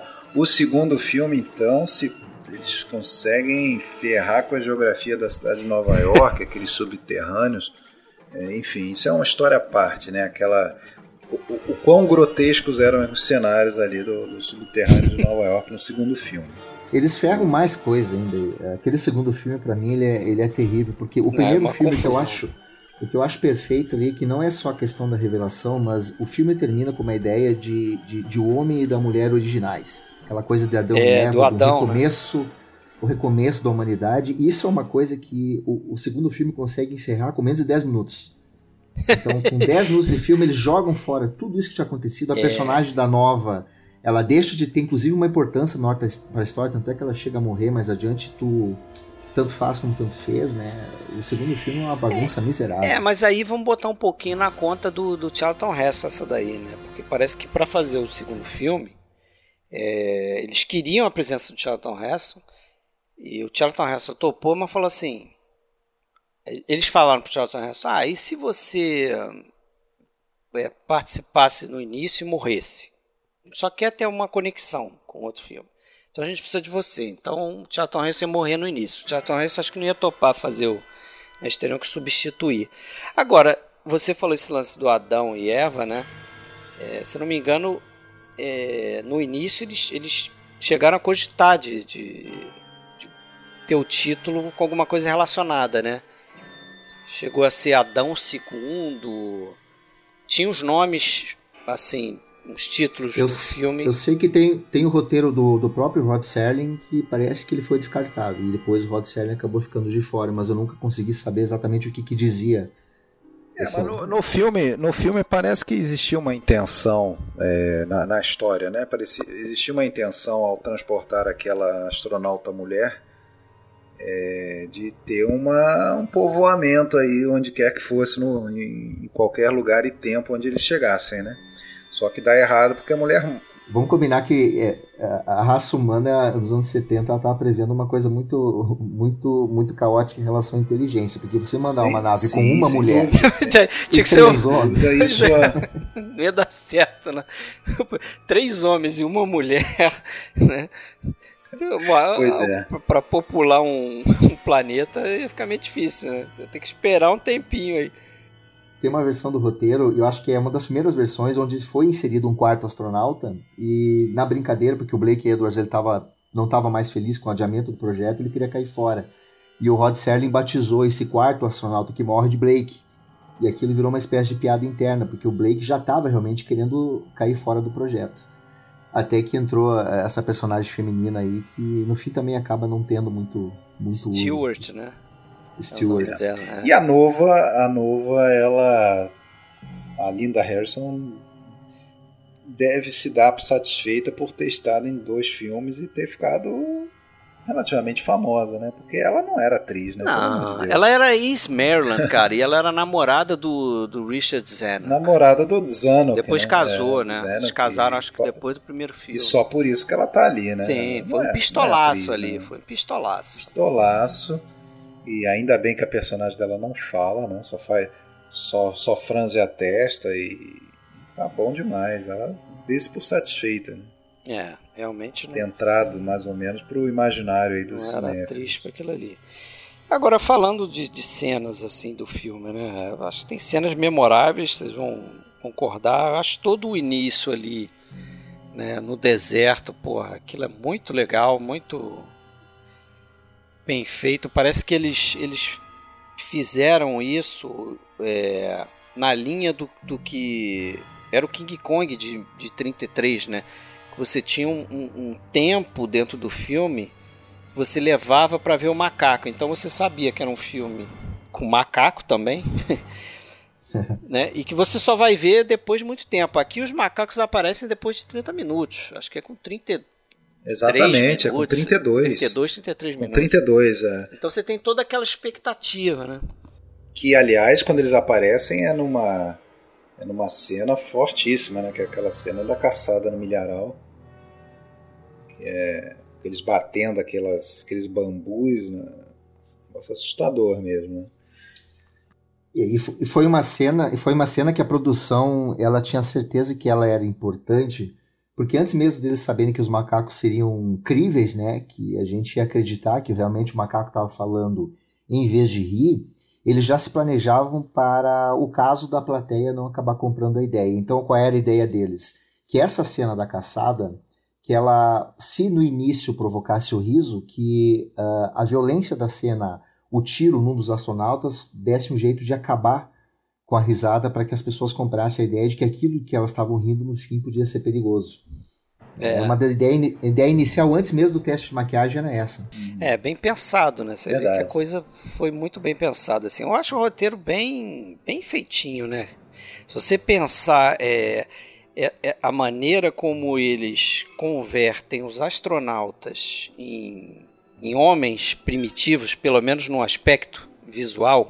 eles conseguem ferrar com a geografia da cidade de Nova York, aqueles subterrâneos. Enfim, isso é uma história à parte, né? O quão grotescos eram os cenários ali do subterrâneo de Nova York no segundo filme. Eles ferram mais coisa ainda. Aquele segundo filme, pra mim, ele é terrível, porque o primeiro filme o que eu acho perfeito ali é que não é só a questão da revelação, mas o filme termina com uma ideia de o homem e da mulher originais. Aquela coisa de Adão e Eva, do recomeço, né? O recomeço da humanidade. Isso é uma coisa que o segundo filme consegue encerrar com menos de 10 minutos. Então, com 10 minutos de filme, eles jogam fora tudo isso que tinha acontecido. A personagem da Nova, ela deixa de ter, inclusive, uma importância maior para a história, tanto é que ela chega a morrer mais adiante, tanto faz como tanto fez, né? O segundo filme é uma bagunça miserável. Mas aí vamos botar um pouquinho na conta do Charlton Heston essa daí, né? Porque parece que para fazer o segundo filme, eles queriam a presença do Charlton Heston, e o Charlton Heston topou, mas falou assim... Eles falaram pro Charlton Heston, e se você participasse no início e morresse? Só quer ter uma conexão com outro filme. Então a gente precisa de você. Então o Charlton Heston ia morrer no início. O Charlton Heston acho que não ia topar fazer eles teriam que substituir. Agora, você falou esse lance do Adão e Eva, né? Se não me engano, no início eles chegaram a cogitar de ter o título com alguma coisa relacionada, né? Chegou a ser Adão II. Tinha os nomes, assim, os títulos do filme. Eu sei que tem o roteiro do próprio Rod Serling, que parece que ele foi descartado. E depois o Rod Serling acabou ficando de fora, mas eu nunca consegui saber exatamente o que dizia. Mas no filme parece que existia uma intenção na história, né? Existia uma intenção ao transportar aquela astronauta mulher de ter um povoamento aí onde quer que fosse, em qualquer lugar e tempo onde eles chegassem, né? Só que dá errado porque a mulher... Vamos combinar que a raça humana nos anos 70 estava prevendo uma coisa muito, muito, muito caótica em relação à inteligência, porque você mandar uma nave com uma mulher tinha que ser três homens... Isso não ia dar certo, né? 3 homens e uma mulher, né? Pois é. Para popular um planeta ia ficar meio difícil, né? Você tem que esperar um tempinho aí. Tem uma versão do roteiro, eu acho que é uma das primeiras versões, onde foi inserido um quarto astronauta, e na brincadeira, porque o Blake Edwards não estava mais feliz com o adiamento do projeto, ele queria cair fora. E o Rod Serling batizou esse quarto astronauta que morre de Blake. E aquilo virou uma espécie de piada interna, porque o Blake já estava realmente querendo cair fora do projeto. Até que entrou essa personagem feminina aí, que no fim também acaba não tendo muito Stewart, uso. né? Stewart. Dela, né? E a nova, ela... A Linda Harrison deve se dar por satisfeita por ter estado em 2 filmes e ter ficado relativamente famosa, né? Porque ela não era atriz, né? Não, ela era East Maryland, cara, e ela era namorada do Richard Zanuck. Namorada do Zanuck. Depois casou, né? Zanuck, Eles casaram, acho que depois do primeiro filme. E só por isso que ela tá ali, né? Sim, Não foi um pistolaço ali, né? Foi um pistolaço. Pistolaço. E ainda bem que a personagem dela não fala, né? Só franze a testa e tá bom demais. Ela desse por satisfeita, né? Realmente não. Ter entrado mais ou menos pro imaginário aí do cinema. Era triste pra aquilo ali. Agora, falando de cenas assim do filme, né? Eu acho que tem cenas memoráveis, vocês vão concordar. Eu acho todo o início ali, né, no deserto, porra, aquilo é muito legal, muito bem feito. Parece que eles fizeram isso na linha do que era o King Kong de 33, né? Você tinha um tempo dentro do filme que você levava para ver o macaco. Então você sabia que era um filme com macaco também, né? E que você só vai ver depois de muito tempo. Aqui os macacos aparecem depois de 30 minutos. Acho que é com 30. Exatamente, minutos, é com 32. 33 minutos. Com 32, é. Então você tem toda aquela expectativa, né? Que, aliás, quando eles aparecem é numa cena fortíssima, né? Que é aquela cena da caçada no milharal. Que é eles batendo aqueles bambus, né? Nossa, assustador mesmo, né? E foi uma cena que a produção ela tinha certeza que ela era importante, porque antes mesmo deles saberem que os macacos seriam críveis, né, que a gente ia acreditar que realmente o macaco estava falando em vez de rir, eles já se planejavam para o caso da plateia não acabar comprando a ideia. Então, qual era a ideia deles? Que essa cena da caçada, que ela, se no início provocasse o riso, que a violência da cena, o tiro num dos astronautas, desse um jeito de acabar com a risada para que as pessoas comprassem a ideia de que aquilo que elas estavam rindo no fim podia ser perigoso. Uma ideia inicial, antes mesmo do teste de maquiagem, era essa. Bem pensado, né? Você vê que a coisa foi muito bem pensada. Assim. Eu acho o roteiro bem feitinho, né? Se você pensar a maneira como eles convertem os astronautas em homens primitivos, pelo menos no aspecto visual,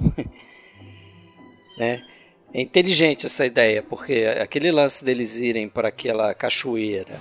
né? É inteligente essa ideia, porque aquele lance deles irem para aquela cachoeira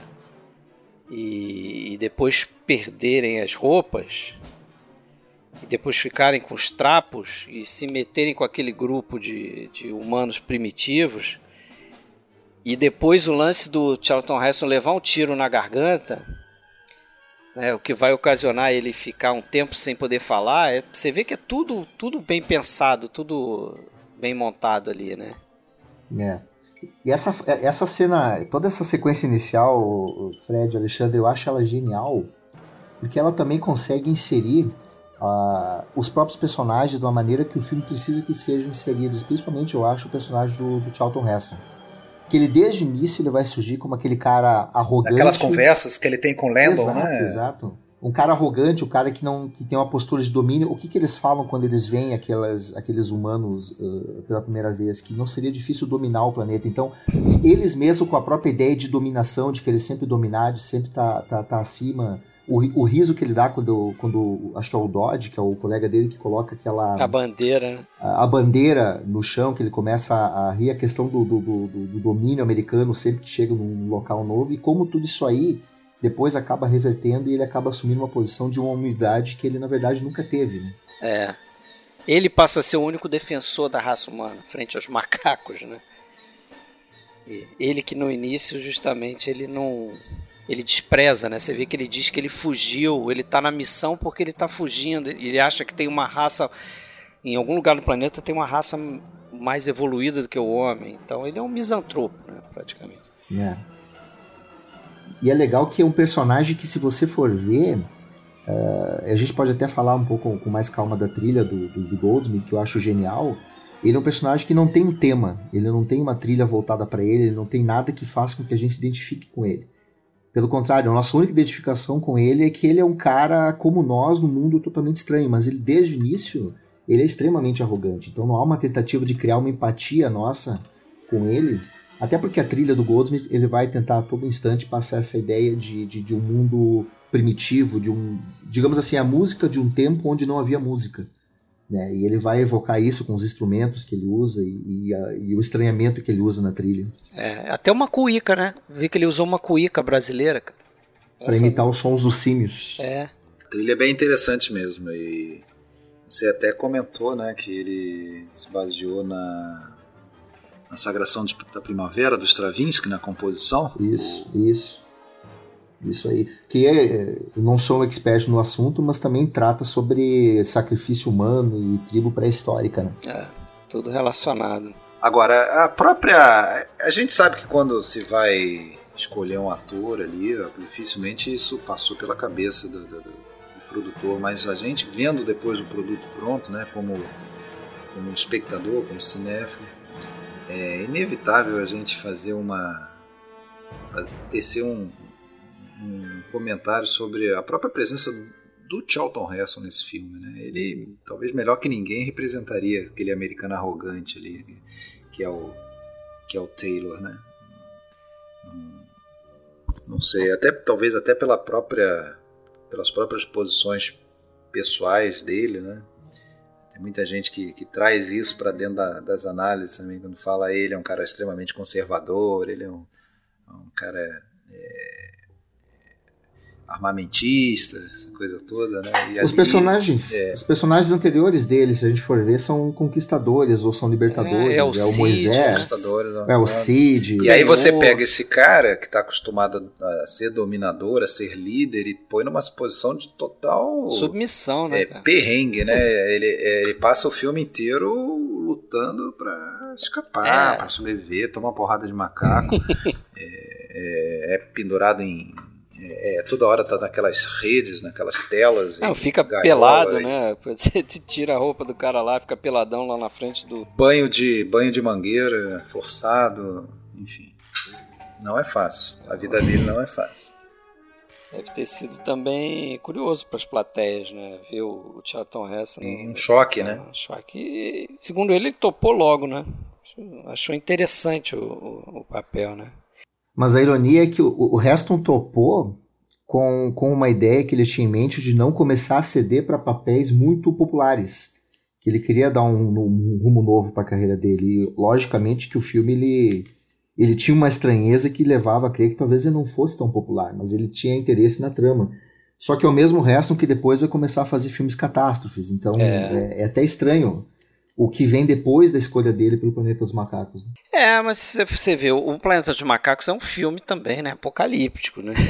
e depois perderem as roupas e depois ficarem com os trapos e se meterem com aquele grupo de humanos primitivos, e depois o lance do Charlton Heston levar um tiro na garganta, né, o que vai ocasionar ele ficar um tempo sem poder falar. Você vê que é tudo bem pensado, tudo bem montado ali, né? E essa cena, toda essa sequência inicial, o Fred, Alexandre, eu acho ela genial, porque ela também consegue inserir os próprios personagens de uma maneira que o filme precisa que sejam inseridos, principalmente eu acho o personagem do Charlton Heston, que ele desde o início ele vai surgir como aquele cara arrogante. Aquelas conversas que ele tem com o Landon, exato, né? Exato. Um cara arrogante, um cara que tem uma postura de domínio. O que eles falam quando eles veem aqueles humanos pela primeira vez? Que não seria difícil dominar o planeta. Então, eles mesmos com a própria ideia de dominação, de querer sempre dominar, de sempre tá acima. O riso que ele dá quando acho que é o Dodge, que é o colega dele que coloca a bandeira, né? A bandeira no chão, que ele começa a rir, a questão do domínio americano sempre que chega num local novo, e como tudo isso aí depois acaba revertendo e ele acaba assumindo uma posição de uma humildade que ele na verdade nunca teve, né? Ele passa a ser o único defensor da raça humana frente aos macacos, né? E ele que no início justamente ele despreza, né? Você vê que ele diz que ele fugiu, ele tá na missão porque ele tá fugindo, ele acha que tem uma raça, em algum lugar do planeta tem uma raça mais evoluída do que o homem, então ele é um misantropo, né, praticamente. E é legal que é um personagem que, se você for ver, a gente pode até falar um pouco com mais calma da trilha do Goldsmith, que eu acho genial. Ele é um personagem que não tem um tema, ele não tem uma trilha voltada para ele não tem nada que faça com que a gente se identifique com ele. Pelo contrário, a nossa única identificação com ele é que ele é um cara como nós, num mundo totalmente estranho, mas ele desde o início ele é extremamente arrogante. Então não há uma tentativa de criar uma empatia nossa com ele. Até porque a trilha do Goldsmith, ele vai tentar a todo instante passar essa ideia de um mundo primitivo, digamos assim, a música de um tempo onde não havia música, né? E ele vai evocar isso com os instrumentos que ele usa e o estranhamento que ele usa na trilha. Até uma cuíca, né? Vi que ele usou uma cuíca brasileira, cara. Para imitar os sons dos símios. A trilha é bem interessante mesmo. E você até comentou, né, que ele se baseou na Sagração da Primavera, do Stravinsky, na composição. Isso aí. Que eu não sou um expert no assunto, mas também trata sobre sacrifício humano e tribo pré-histórica, né? Tudo relacionado. Agora, a gente sabe que quando se vai escolher um ator ali, dificilmente isso passou pela cabeça do produtor, mas a gente vendo depois o produto pronto, né, como espectador, como cinéfilo, é inevitável a gente tecer um comentário sobre a própria presença do Charlton Heston nesse filme, né? Ele, talvez melhor que ninguém, representaria aquele americano arrogante ali, que é o Taylor, né? Não sei, talvez até pelas próprias posições pessoais dele, né? Tem muita gente que traz isso para dentro das análises também, quando fala ele é um cara extremamente conservador, ele é um cara armamentista, essa coisa toda, né? Os personagens anteriores dele, se a gente for ver, são conquistadores ou são libertadores. É o Moisés, o Cid. E aí você pega esse cara que está acostumado a ser dominador, a ser líder, e põe numa posição de total submissão, né? Perrengue, né? Ele passa o filme inteiro lutando para escapar, para sobreviver, tomar uma porrada de macaco, é pendurado toda hora tá naquelas redes, naquelas telas. Fica pelado, né? Você tira a roupa do cara lá, fica peladão lá na frente do... Banho de mangueira, forçado, enfim. Não é fácil. A vida dele não é fácil. Deve ter sido também curioso para as plateias, né? Ver o Charlton Heston. Um choque, né? Um choque. E, segundo ele topou logo, né? Achou interessante o papel, né? Mas a ironia é que o Heston topou com uma ideia que ele tinha em mente de não começar a ceder para papéis muito populares. Que ele queria dar um rumo novo para a carreira dele. E, logicamente, que o filme ele tinha uma estranheza que levava a crer que talvez ele não fosse tão popular, mas ele tinha interesse na trama. Só que é o mesmo Heston que depois vai começar a fazer filmes catástrofes. Então é até estranho o que vem depois da escolha dele pelo Planeta dos Macacos. Né? Mas você vê, o Planeta dos Macacos é um filme também, né? Apocalíptico, né?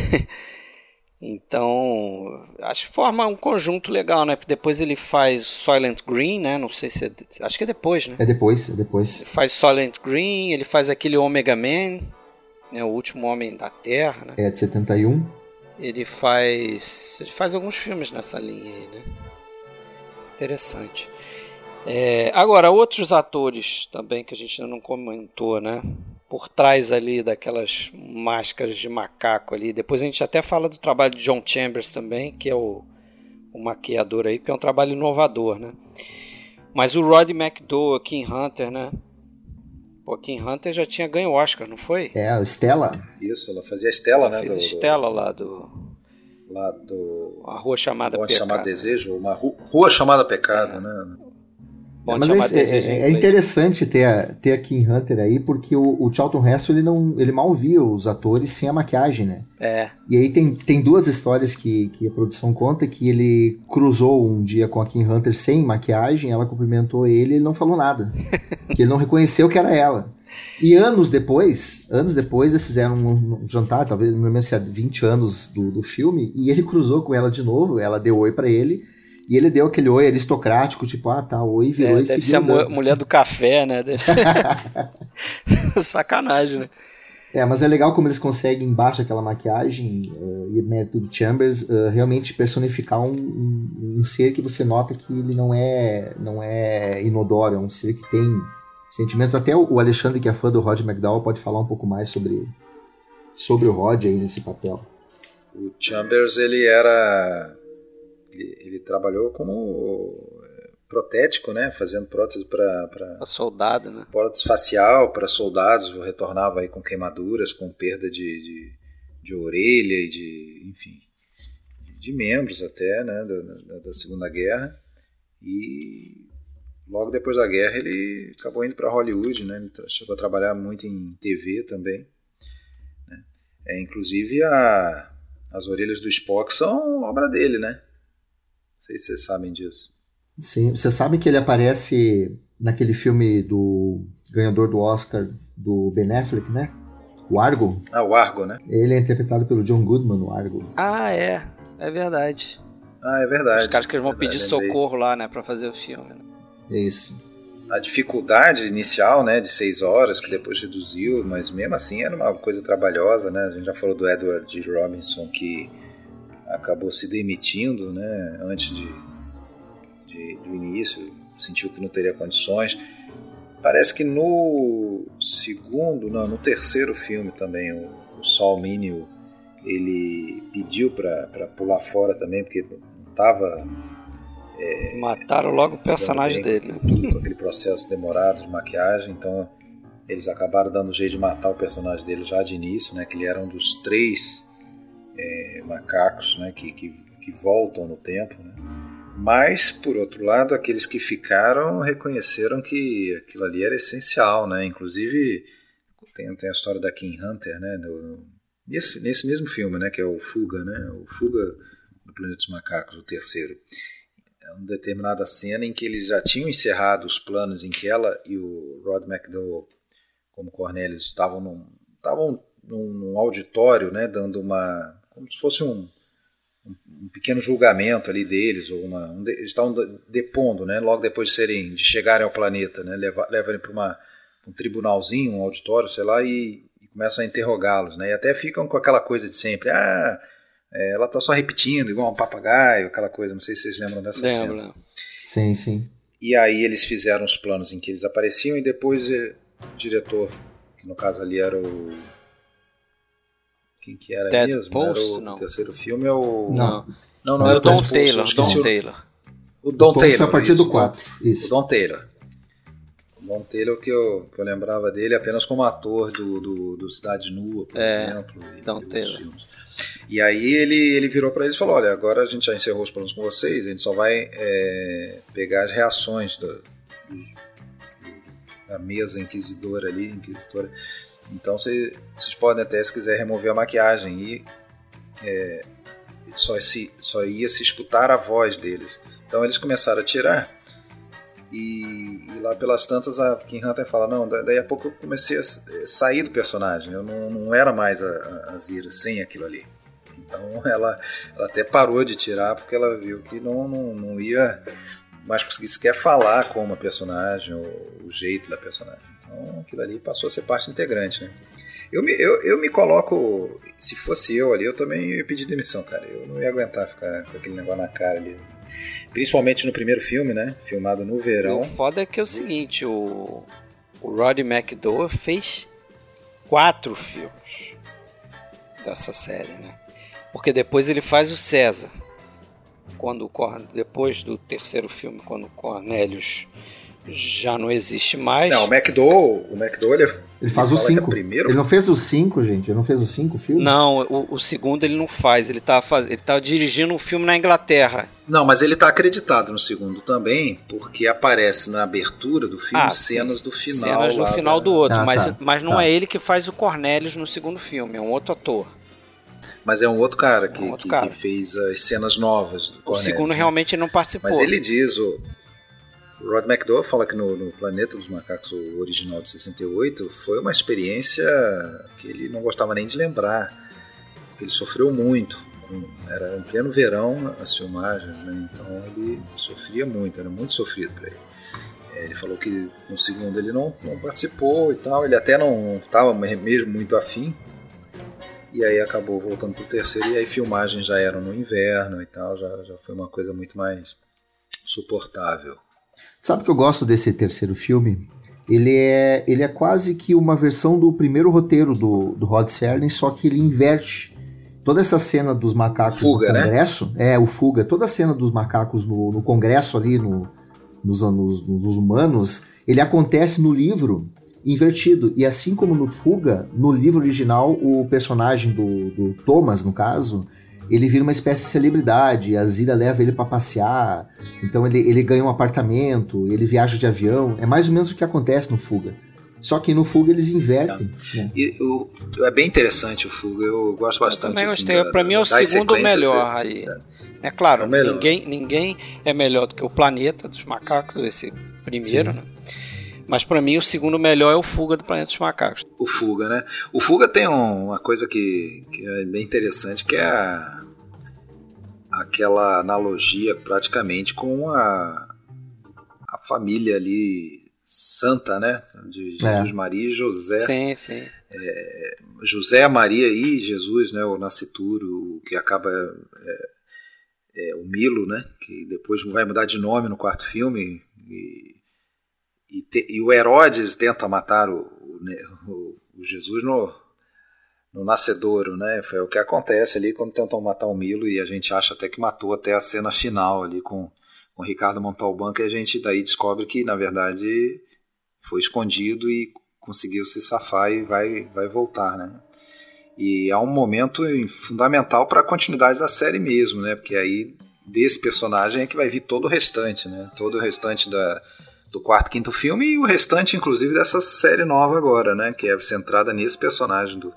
Então, acho que forma um conjunto legal, né? Porque depois ele faz Soylent Green, né? Não sei se acho que é depois, né? É depois. Ele faz Soylent Green, ele faz aquele Omega Man, né? O Último Homem da Terra, né? É de 71. Ele faz alguns filmes nessa linha aí, né? interessante. Agora, outros atores também que a gente ainda não comentou, né? Por trás ali daquelas máscaras de macaco ali. Depois a gente até fala do trabalho de John Chambers também, que é o maquiador aí, que é um trabalho inovador, né? Mas o Roddy McDowall, King Hunter, né? Pô, King Hunter já tinha ganho o Oscar, não foi? A Stella. Isso, ela fazia a Stella, Ela né? fez Stella lá do... A Rua Chamada Bonde Pecado. Chamada Desejo, uma rua chamada Pecado, né? Mas é interessante ter a King Hunter aí, porque o Charlton Heston ele mal via os atores sem a maquiagem, né? E aí tem duas histórias que a produção conta, que ele cruzou um dia com a King Hunter sem maquiagem, ela cumprimentou ele e ele não falou nada. Porque ele não reconheceu que era ela. E anos depois eles fizeram um jantar, talvez, não lembro se há 20 anos do filme, e ele cruzou com ela de novo, ela deu oi pra ele, e ele deu aquele oi aristocrático, tipo, oi, virou e deve ser a mulher do café, né? Deve ser sacanagem, né? Mas é legal como eles conseguem, embaixo daquela maquiagem e mérito do Chambers, realmente personificar um ser que você nota que ele não é inodoro, é um ser que tem sentimentos. Até o Alexandre, que é fã do Roddy McDowall, pode falar um pouco mais sobre o Roddy aí nesse papel. O Chambers, ele trabalhou como protético, né? Fazendo prótese para soldado, né? Prótese facial para soldados, retornava aí com queimaduras, com perda de orelha e de membros até, né? Da Segunda Guerra. E logo depois da guerra ele acabou indo para Hollywood, né? Ele chegou a trabalhar muito em TV também, né? Inclusive as orelhas do Spock são obra dele, né? Não sei se vocês sabem disso. Sim, você sabe que ele aparece naquele filme do ganhador do Oscar do Ben Affleck, né? O Argo. O Argo, né? Ele é interpretado pelo John Goodman, o Argo. É verdade. É verdade. Os caras que vão pedir socorro lá, né, pra fazer o filme. Né? É isso. A dificuldade inicial, né, de 6 horas, que depois reduziu, mas mesmo assim era uma coisa trabalhosa, né? A gente já falou do Edward G. Robinson, que acabou se demitindo, né, antes do início, sentiu que não teria condições. Parece que no terceiro filme também, o Saul Meany, ele pediu para pular fora também, porque não estava... Mataram logo o personagem dele. Com aquele processo demorado de maquiagem, então eles acabaram dando jeito de matar o personagem dele já de início, né, que ele era um dos 3 macacos, né, que voltam no tempo, né. Mas, por outro lado, aqueles que ficaram reconheceram que aquilo ali era essencial, né? Inclusive, tem a história da King Hunter, né? Nesse mesmo filme, né? Que é o Fuga, né? O Fuga do Planeta dos Macacos, o terceiro. É uma determinada cena em que eles já tinham encerrado os planos em que ela e o Rod McDowall, como Cornelius, estavam num auditório, né? Dando como se fosse um pequeno julgamento ali deles, ou eles estavam depondo, né, logo depois de chegarem ao planeta, né, levam ele para um tribunalzinho, um auditório, sei lá, e começam a interrogá-los, né, e até ficam com aquela coisa de sempre, ela está só repetindo, igual um papagaio, aquela coisa, não sei se vocês lembram dessa cena. Sim, sim. E aí eles fizeram os planos em que eles apareciam, e depois o diretor, que no caso ali era o... Quem que era Dead mesmo? Post? Era o não. terceiro filme é o... Não, é o Don Taylor. O Don Taylor. Foi a partir do 4. Isso. O Don Taylor. O Don Taylor que eu lembrava dele apenas como ator do Cidade Nua, por exemplo. Don Taylor. Filmes. E aí ele virou para eles e falou, olha, agora a gente já encerrou os planos com vocês, a gente só vai pegar as reações da mesa inquisidora ali, Então vocês podem até, se quiser, remover a maquiagem e só ia se escutar a voz deles. Então eles começaram a tirar e lá pelas tantas a King Hunter fala, não, daí a pouco eu comecei a sair do personagem, eu não era mais a Zira sem aquilo ali. Então ela até parou de tirar porque ela viu que não ia mais conseguir sequer falar como a personagem, ou o jeito da personagem. Então aquilo ali passou a ser parte integrante, né? Eu me coloco, se fosse eu ali, eu também ia pedir demissão, cara. Eu não ia aguentar ficar com aquele negócio na cara ali. Principalmente no primeiro filme, né? Filmado no verão. O foda é que é o seguinte, o Roddy McDowall fez 4 filmes dessa série, né? Porque depois ele faz o César. Depois do terceiro filme, quando o Cornelius já não existe mais. Não, o McDowell ele faz os 5. Ele não fez os 5, gente? Ele não fez os 5 filmes? Não, o segundo ele não faz. Ele tá dirigindo um filme na Inglaterra. Não, mas ele tá acreditado no segundo também, porque aparece na abertura do filme cenas do final. Cenas do final do outro, mas não tá. é ele que faz o Cornelius no segundo filme, é um outro ator. Mas é um outro cara que fez as cenas novas do Cornelius. O segundo realmente não participou. Mas ele diz, o Rod McDowall fala que no Planeta dos Macacos, o original de 68, foi uma experiência que ele não gostava nem de lembrar, porque ele sofreu muito. Era em pleno verão as filmagens, né? Então ele sofria muito, era muito sofrido para ele. Ele falou que no segundo ele não participou e tal, ele até não estava mesmo muito afim. E aí acabou voltando pro terceiro, e aí filmagens já eram no inverno e tal, já foi uma coisa muito mais suportável. Sabe que eu gosto desse terceiro filme? Ele é quase que uma versão do primeiro roteiro do Rod Serling, só que ele inverte toda essa cena dos macacos no Congresso. Né? O Fuga. Toda a cena dos macacos no Congresso ali, nos humanos, ele acontece no livro invertido. E assim como no Fuga, no livro original, o personagem do Thomas, no caso, ele vira uma espécie de celebridade, a Zira leva ele para passear, então ele ganha um apartamento, ele viaja de avião, é mais ou menos o que acontece no Fuga. Só que no Fuga eles invertem. Né? É bem interessante o Fuga, eu gosto bastante. Eu também gostei, para mim é o segundo melhor aí. É claro, melhor. Ninguém é melhor do que o Planeta dos Macacos, esse primeiro, né? Mas pra mim o segundo melhor é o Fuga do Planeta dos Macacos. O Fuga, né? O Fuga tem uma coisa que é bem interessante, que é aquela analogia praticamente com a família ali santa, né? De Jesus, Maria e José. Sim. José, Maria e Jesus, né? O nascituro, que acaba o Milo, né? Que depois vai mudar de nome no quarto filme. E o Herodes tenta matar o Jesus no nascedouro, né? Foi o que acontece ali quando tentam matar o Milo, e a gente acha até que matou até a cena final ali com Ricardo Montalbán, que a gente daí descobre que na verdade foi escondido e conseguiu se safar e vai voltar, né? E é um momento fundamental para a continuidade da série mesmo, né? Porque aí desse personagem é que vai vir todo o restante, né? Todo o restante do quarto, quinto filme, e o restante, inclusive, dessa série nova agora, né? Que é centrada nesse personagem do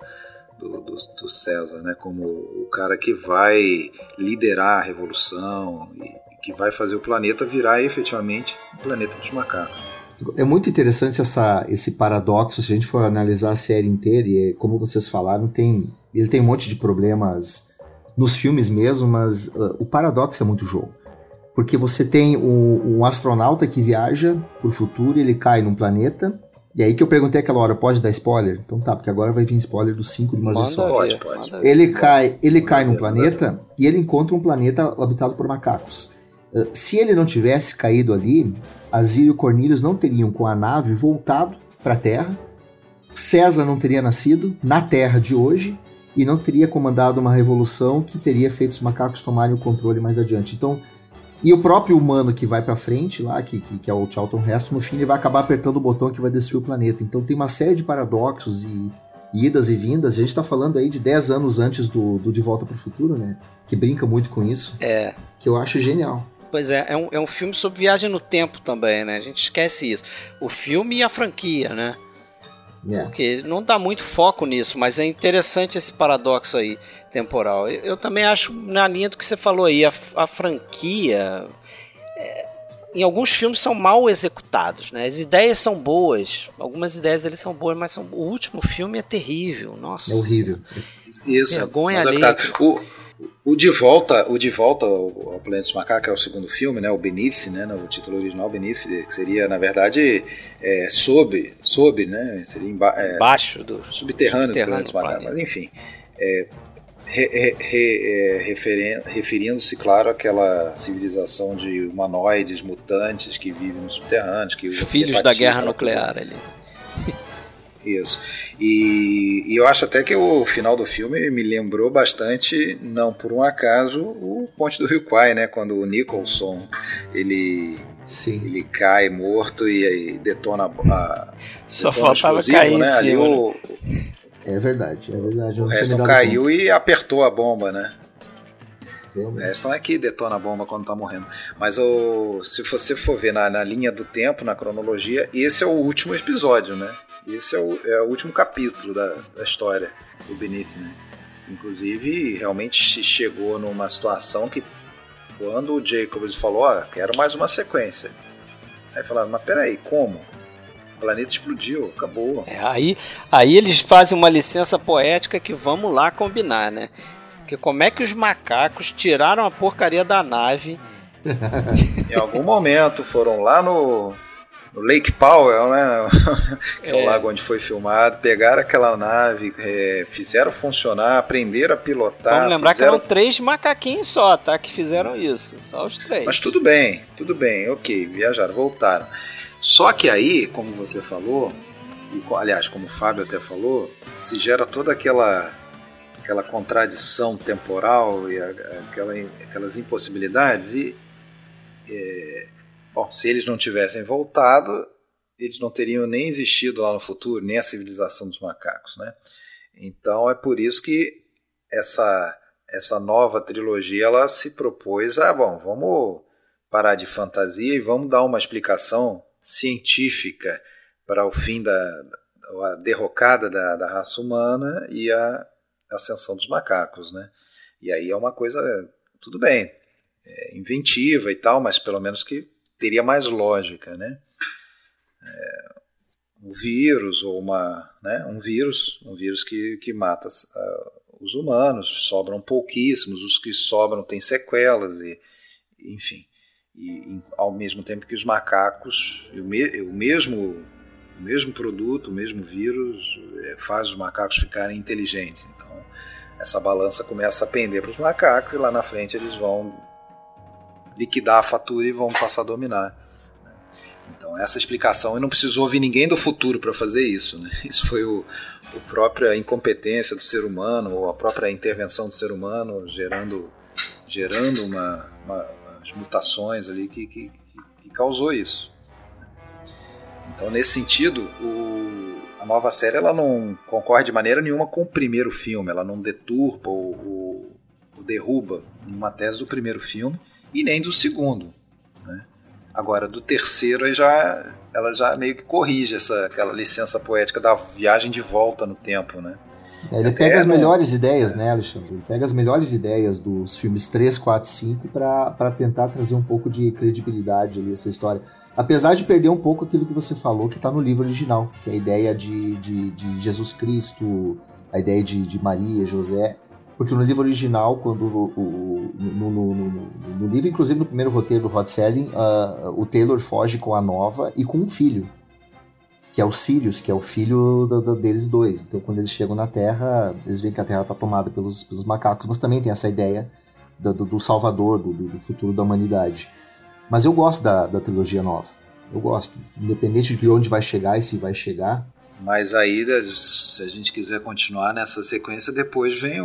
César, né? Como o cara que vai liderar a revolução e que vai fazer o planeta virar efetivamente o planeta dos macacos. É muito interessante esse paradoxo, se a gente for analisar a série inteira, e como vocês falaram, ele tem um monte de problemas nos filmes mesmo, mas o paradoxo é muito jogo. Porque você tem um astronauta que viaja pro futuro, ele cai num planeta, e aí que eu perguntei aquela hora, pode dar spoiler? Então tá, porque agora vai vir spoiler do 5 de uma vez só. Pode. Ele cai num planeta, e ele encontra um planeta habitado por macacos. Se ele não tivesse caído ali, Azir e o Cornelius não teriam com a nave voltado para a Terra, César não teria nascido na Terra de hoje, e não teria comandado uma revolução que teria feito os macacos tomarem o controle mais adiante. Então, e o próprio humano que vai pra frente lá, que é o Charlton Heston, no fim ele vai acabar apertando o botão que vai destruir o planeta. Então tem uma série de paradoxos e idas e vindas. A gente tá falando aí de 10 anos antes do De Volta pro Futuro, né? Que brinca muito com isso. Que eu acho genial. Pois é um filme sobre viagem no tempo também, né? A gente esquece isso. O filme e a franquia, né? Porque não dá muito foco nisso, mas é interessante esse paradoxo aí temporal. Eu também acho, na linha do que você falou aí, a franquia em alguns filmes são mal executados, né? As ideias são boas, algumas ideias eles são boas, mas o último filme é terrível, nossa. É horrível. Isso, vergonha alheia. O De Volta ao Planeta dos Macacos é o segundo filme, né? O Beneath, né? O título original Beneath, que seria, na verdade, sob, né? Seria embaixo do subterrâneo do Planeta dos Macacos. Mas enfim, referindo-se, claro, àquela civilização de humanoides, mutantes que vivem nos subterrâneos, que os filhos da guerra nuclear ali. Isso. E eu acho até que o final do filme me lembrou bastante, não por um acaso, o Ponte do Rio Kwai, né? Quando o Nicholson ele cai morto e aí detona só faltava cair, né? Ali É verdade. O Heston caiu e apertou a bomba, né? O Heston é que detona a bomba quando tá morrendo. Mas se você for ver na linha do tempo, na cronologia, esse é o último episódio, né? Esse é o último capítulo da história do Beneath, né? Inclusive, realmente chegou numa situação que, quando o Jacobs falou, quero mais uma sequência. Aí falaram, mas peraí, como? O planeta explodiu, acabou. Aí eles fazem uma licença poética que vamos lá combinar, né? Porque como é que os macacos tiraram a porcaria da nave? Em algum momento foram lá no Lake Powell, né? Que é o lago onde foi filmado, pegaram aquela nave, fizeram funcionar, aprenderam a pilotar. Vamos lembrar que eram 3 macaquinhos só, tá? Que fizeram isso, só os 3. Mas tudo bem, ok, viajaram, voltaram. Só que aí, como você falou, e aliás, como o Fábio até falou, se gera toda aquela contradição temporal e aquelas impossibilidades bom, se eles não tivessem voltado, eles não teriam nem existido lá no futuro, nem a civilização dos macacos, né? Então é por isso que essa nova trilogia ela se propôs vamos parar de fantasia e vamos dar uma explicação científica para o fim a derrocada da raça humana e a ascensão dos macacos, né? E aí é uma coisa, tudo bem, inventiva e tal, mas pelo menos que teria mais lógica, né? Um vírus ou um vírus que mata os humanos, sobram pouquíssimos, os que sobram têm sequelas enfim, e ao mesmo tempo que os macacos, o mesmo produto, o mesmo vírus faz os macacos ficarem inteligentes. Então essa balança começa a pender para os macacos e lá na frente eles vão liquidar a fatura e vão passar a dominar. Então essa explicação, e não precisou ouvir ninguém do futuro para fazer isso, né? Isso foi a própria incompetência do ser humano, ou a própria intervenção do ser humano gerando umas mutações ali que causou isso. Então nesse sentido a nova série ela não concorre de maneira nenhuma com o primeiro filme, ela não deturpa ou derruba nenhuma tese do primeiro filme e nem do segundo, né? Agora, do terceiro, ela já meio que corrige aquela licença poética da viagem de volta no tempo, né? Ele pega as melhores ideias, né, Alexandre? Ele pega as melhores ideias dos filmes 3, 4, 5 para tentar trazer um pouco de credibilidade ali a essa história. Apesar de perder um pouco aquilo que você falou que está no livro original, que é a ideia de Jesus Cristo, a ideia de Maria, José. Porque no livro original, quando no livro, inclusive no primeiro roteiro do Rod Serling, o Taylor foge com a Nova e com um filho, que é o Sirius, que é o filho deles dois. Então quando eles chegam na Terra, eles veem que a Terra está tomada pelos macacos, mas também tem essa ideia do Salvador, do futuro da humanidade. Mas eu gosto da trilogia nova, eu gosto, independente de onde vai chegar e se vai chegar. Mas aí, se a gente quiser continuar nessa sequência, depois vem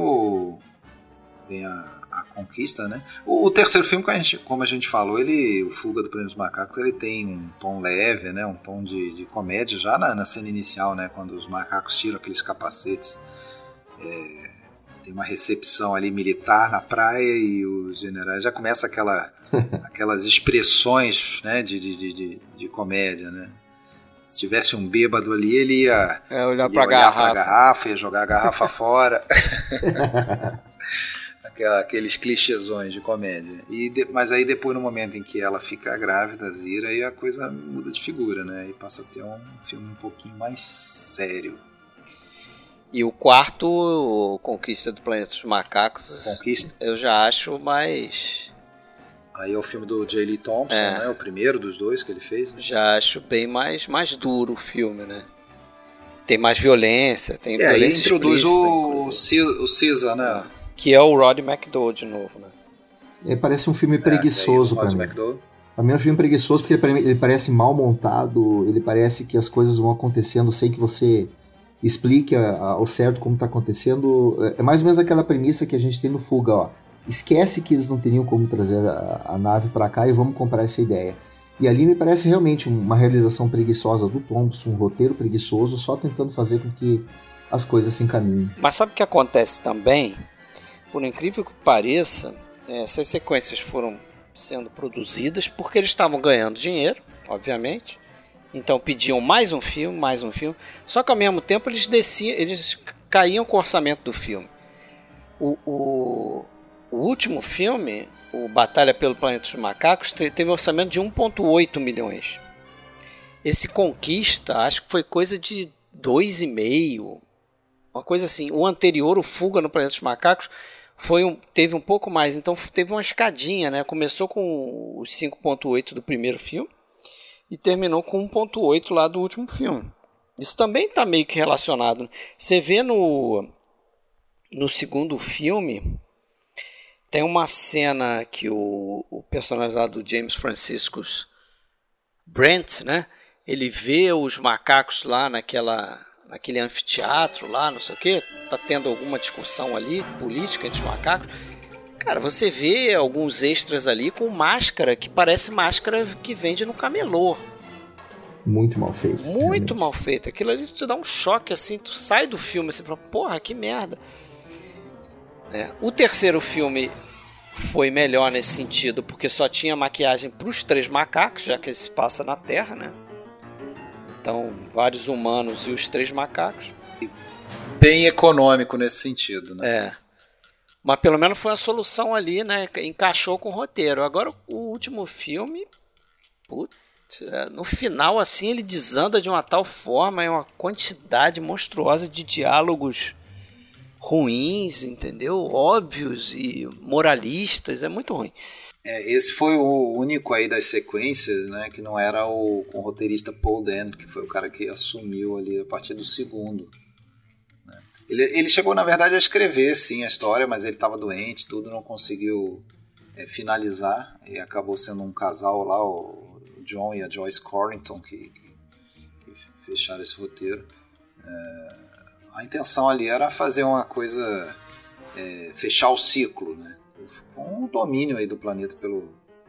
a Conquista, né? O terceiro filme, como a gente falou, o Fuga do Planeta dos Macacos, ele tem um tom leve, né? Um tom de comédia já na cena inicial, né? Quando os macacos tiram aqueles capacetes. Tem uma recepção ali militar na praia e os generais já começam aquelas expressões, né? de comédia, né? Se tivesse um bêbado ali, ele ia olhar para a garrafa, ia jogar a garrafa fora. Aqueles clichêsões de comédia. Mas aí depois, no momento em que ela fica grávida, Zira, aí a coisa muda de figura, né? E passa a ter um filme um pouquinho mais sério. E o quarto, o Conquista do Planeta dos Macacos, Conquista. eu já acho mais... Aí é o filme do J. Lee Thompson, né? O primeiro dos dois que ele fez. Né? Já acho bem mais duro o filme, né? Tem mais violência, tem aí violência introduz explícita, o Caesar, né? Que é o Roddy McDowall de novo, né? Parece um filme preguiçoso pra mim. Pra mim é um filme preguiçoso porque ele parece mal montado, ele parece que as coisas vão acontecendo sem que você explique ao certo como tá acontecendo. É mais ou menos aquela premissa que a gente tem no Fuga, ó. Esquece que eles não teriam como trazer a nave pra cá e vamos comprar essa ideia. E ali me parece realmente uma realização preguiçosa do Thompson, um roteiro preguiçoso, só tentando fazer com que as coisas se encaminhem. Mas sabe o que acontece também? Por incrível que pareça, essas sequências foram sendo produzidas porque eles estavam ganhando dinheiro, obviamente. Então pediam mais um filme. Só que ao mesmo tempo eles caíam com o orçamento do filme. O último filme, o Batalha pelo Planeta dos Macacos, teve um orçamento de 1,8 milhões. Esse Conquista, acho que foi coisa de 2,5, uma coisa assim. O anterior, o Fuga no Planeta dos Macacos, teve um pouco mais. Então teve uma escadinha, né? Começou com os 5,8 do primeiro filme e terminou com 1,8 lá do último filme. Isso também está meio que relacionado. Você vê no segundo filme, tem uma cena que o personagem lá do James Franciscus Brent, né? Ele vê os macacos lá naquele anfiteatro lá, não sei o que, tá tendo alguma discussão ali, política entre os macacos. Cara, você vê alguns extras ali com máscara que parece máscara que vende no camelô. Muito mal feito. Muito realmente. mal feito. Aquilo ali te dá um choque, assim, tu sai do filme assim, fala, porra, que merda. O terceiro filme foi melhor nesse sentido, porque só tinha maquiagem para os 3 macacos, já que ele se passa na Terra, né? Então, vários humanos e os 3 macacos. Bem econômico nesse sentido, né? Mas pelo menos foi uma solução ali, né? Encaixou com o roteiro. Agora, o último filme, no final, assim, ele desanda de uma tal forma, é uma quantidade monstruosa de diálogos ruins, entendeu? Óbvios e moralistas, é muito ruim. Esse foi o único aí das sequências, né, que não era com o roteirista Paul Dano, que foi o cara que assumiu ali a partir do segundo. Né? Ele chegou, na verdade, a escrever, sim, a história, mas ele estava doente, tudo, não conseguiu finalizar, e acabou sendo um casal lá, o John e a Joyce Corrington, que fecharam esse roteiro. A intenção ali era fazer uma coisa, fechar o ciclo, né? Com o domínio aí do planeta pelos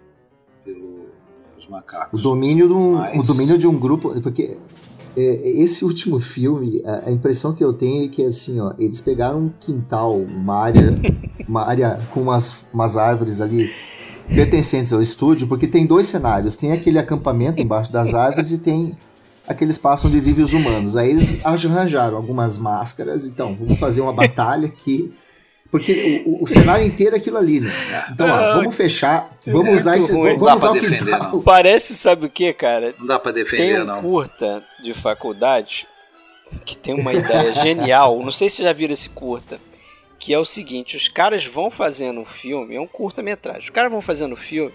macacos. O domínio de um grupo, porque esse último filme, a impressão que eu tenho é que assim, ó, eles pegaram um quintal, uma área com umas árvores ali pertencentes ao estúdio, porque tem 2 cenários, tem aquele acampamento embaixo das árvores e tem aquele espaço onde vivem os humanos. Aí eles arranjaram algumas máscaras, então vamos fazer uma batalha aqui, porque o cenário inteiro é aquilo ali, né? Então, vamos fechar, vamos usar o quintal. Não. Parece, sabe o que, cara? Não dá pra defender, não. Tem um curta de faculdade que tem uma ideia genial, não sei se vocês já viram esse curta, que é o seguinte, os caras vão fazendo um filme, é um curta-metragem, os caras vão fazendo um filme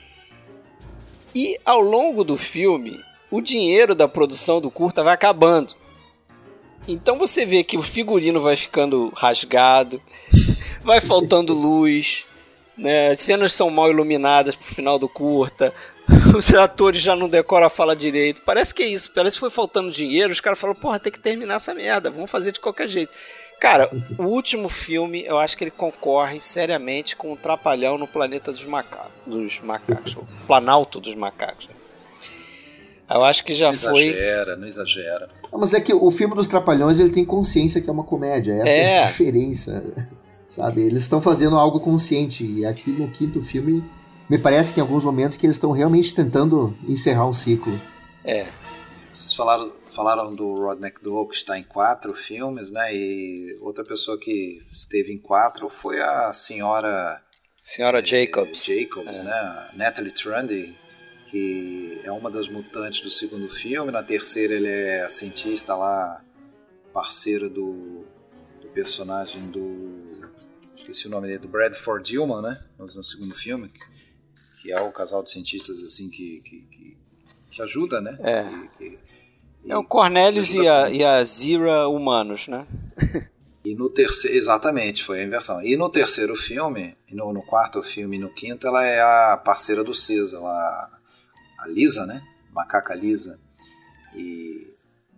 e ao longo do filme o dinheiro da produção do curta vai acabando. Então você vê que o figurino vai ficando rasgado, vai faltando luz, né? As cenas são mal iluminadas pro final do curta, os atores já não decoram a fala direito. Parece que é isso, parece que foi faltando dinheiro, os caras falam, porra, tem que terminar essa merda, vamos fazer de qualquer jeito. Cara, o último filme, eu acho que ele concorre seriamente com o Trapalhão no Planeta dos Macacos, o Planalto dos Macacos. Eu acho que já foi... Não exagera. Mas é que o filme dos Trapalhões, ele tem consciência que é uma comédia. Essa é a diferença, sabe? Eles estão fazendo algo consciente. E aqui no quinto filme, me parece que em alguns momentos que eles estão realmente tentando encerrar um ciclo. Vocês falaram do Rod McDowall, que está em 4 filmes, né? E outra pessoa que esteve em 4 foi a senhora Jacobs. Né? Natalie Trundy, que é uma das mutantes do segundo filme. Na terceira ele é a cientista lá parceira do personagem esqueci o nome dele, do Bradford Dillman, né? No segundo filme, que é o casal de cientistas assim que ajuda, né? É o Cornelius e a Zira humanos, né? E no terceiro, exatamente, foi a inversão. E no terceiro filme, no quarto filme e no quinto, ela é a parceira do César, a Lisa, né? Macaca Lisa. E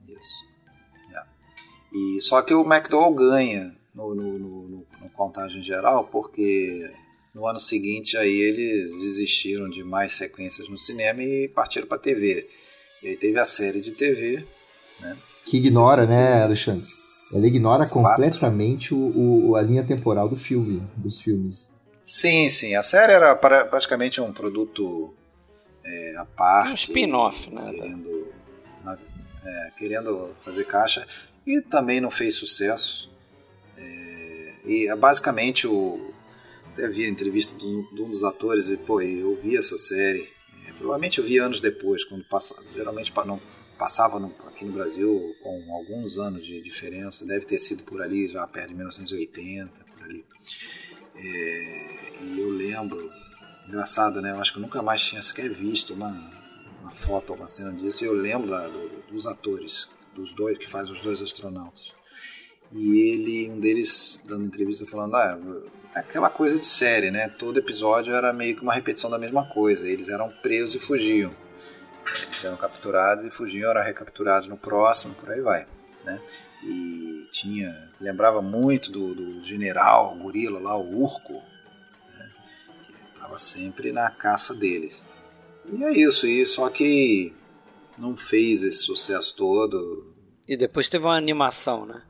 só que o McDowell ganha no contagem geral, porque no ano seguinte aí eles desistiram de mais sequências no cinema e partiram para a TV. E aí teve a série de TV, né? Que ignora, né, Alexandre? Ela ignora completamente a linha temporal dos filmes. Sim. A série era praticamente um produto à parte. Um spin-off, né? Querendo fazer caixa. E também não fez sucesso. E basicamente, até vi a entrevista de um dos atores e, eu vi essa série. Provavelmente eu vi anos depois, quando geralmente não passava aqui no Brasil com alguns anos de diferença, deve ter sido por ali, já perto de 1980, por ali. E eu lembro, engraçado, né? Eu acho que eu nunca mais tinha sequer visto uma foto ou uma cena disso, e eu lembro dos atores, dos dois, que fazem os dois astronautas. E um deles dando entrevista falando, aquela coisa de série, né? Todo episódio era meio que uma repetição da mesma coisa. Eles eram presos e fugiam. Eles eram capturados e fugiam, eram recapturados no próximo, por aí vai, né? E lembrava muito do general, o gorila lá, o Urco, né? Que estava sempre na caça deles. E é isso, só que não fez esse sucesso todo. E depois teve uma animação, né?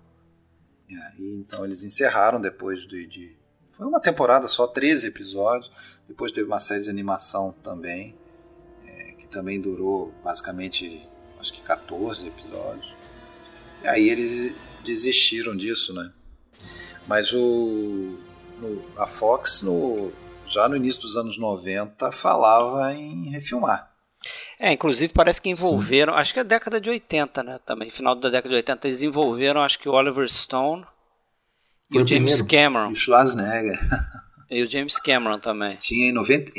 E então eles encerraram depois foi uma temporada só, 13 episódios. Depois teve uma série de animação também, que também durou basicamente, acho que 14 episódios. E aí eles desistiram disso, né? Mas a Fox, já no início dos anos 90, falava em refilmar. Inclusive parece que envolveram, acho que é a década de 80, né, também, final da década de 80, eles envolveram, acho que o Oliver Stone e o James Cameron. E o Schwarzenegger. E o James Cameron também. Tinha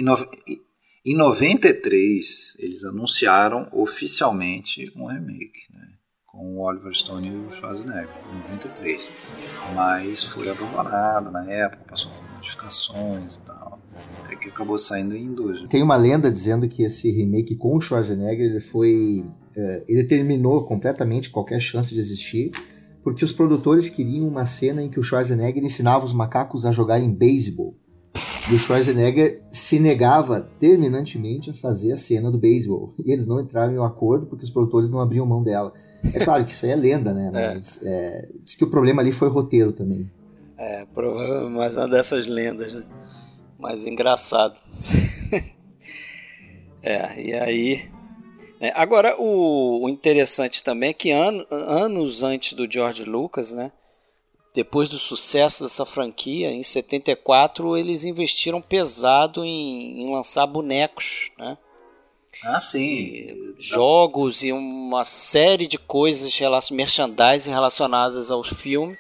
em 93, eles anunciaram oficialmente um remake, né, com o Oliver Stone e o Schwarzenegger, em 93. Mas foi abandonado na época, passou por modificações e tal. Até que acabou saindo em 2. Tem uma lenda dizendo que esse remake com o Schwarzenegger ele terminou completamente qualquer chance de existir, porque os produtores queriam uma cena em que o Schwarzenegger ensinava os macacos a jogarem beisebol. E o Schwarzenegger se negava terminantemente a fazer a cena do beisebol. E eles não entraram em um acordo porque os produtores não abriam mão dela. É claro que isso aí é lenda, né? Mas diz que o problema ali foi o roteiro também. Provavelmente mais uma dessas lendas, né? Mais engraçado. E aí... Agora, o interessante também é que anos antes do George Lucas, né? Depois do sucesso dessa franquia, em 74, eles investiram pesado em lançar bonecos, né? Sim. Jogos e uma série de coisas, merchandising relacionadas aos filmes.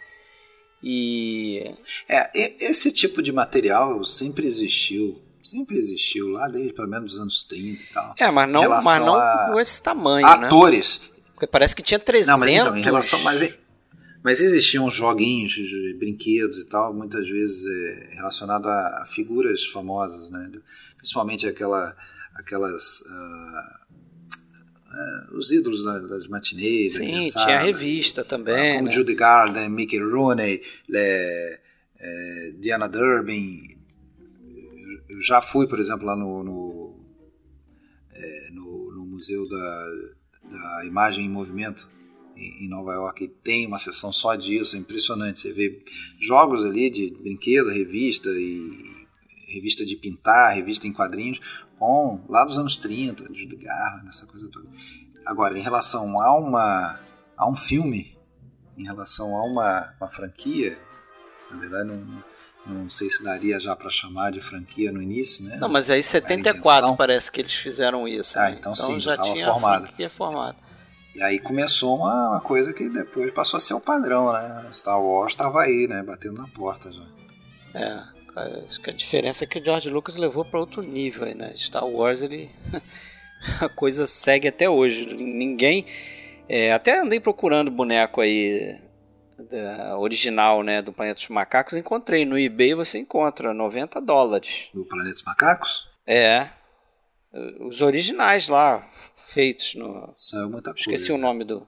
Esse tipo de material sempre existiu lá desde pelo menos os anos 30 e tal. Mas não com esse tamanho, atores. Né? Porque parece que tinha 300. Não, mas então, em relação... Mas existiam joguinhos, brinquedos e tal, muitas vezes relacionado a figuras famosas, né? Principalmente aquelas... os ídolos das matinês. Sim, tinha a revista também. Como né? Judy Garland, Mickey Rooney, Diana Durbin. Eu já fui, por exemplo, lá no Museu da Imagem em Movimento, em Nova York, e tem uma seção só disso, é impressionante. Você vê jogos ali de brinquedo, revista de pintar, revista em quadrinhos, lá dos anos 30, de Judy Garland, essa coisa toda. Agora, em relação a um filme, em relação a uma franquia, na verdade não sei se daria já para chamar de franquia no início, né? Não, mas aí 74 parece que eles fizeram isso. Né? Então sim, já estava formado. Formada. E aí começou uma coisa que depois passou a ser o padrão, né? Star Wars estava aí, né? Batendo na porta já. Acho que a diferença é que o George Lucas levou para outro nível aí, né? Star Wars, ele a coisa segue até hoje. Ninguém... até andei procurando boneco aí original, né, do Planeta dos Macacos, encontrei no eBay, você encontra $90. Do Planeta dos Macacos? Os originais lá, feitos no... Saiu muita coisa. Esqueci o nome do...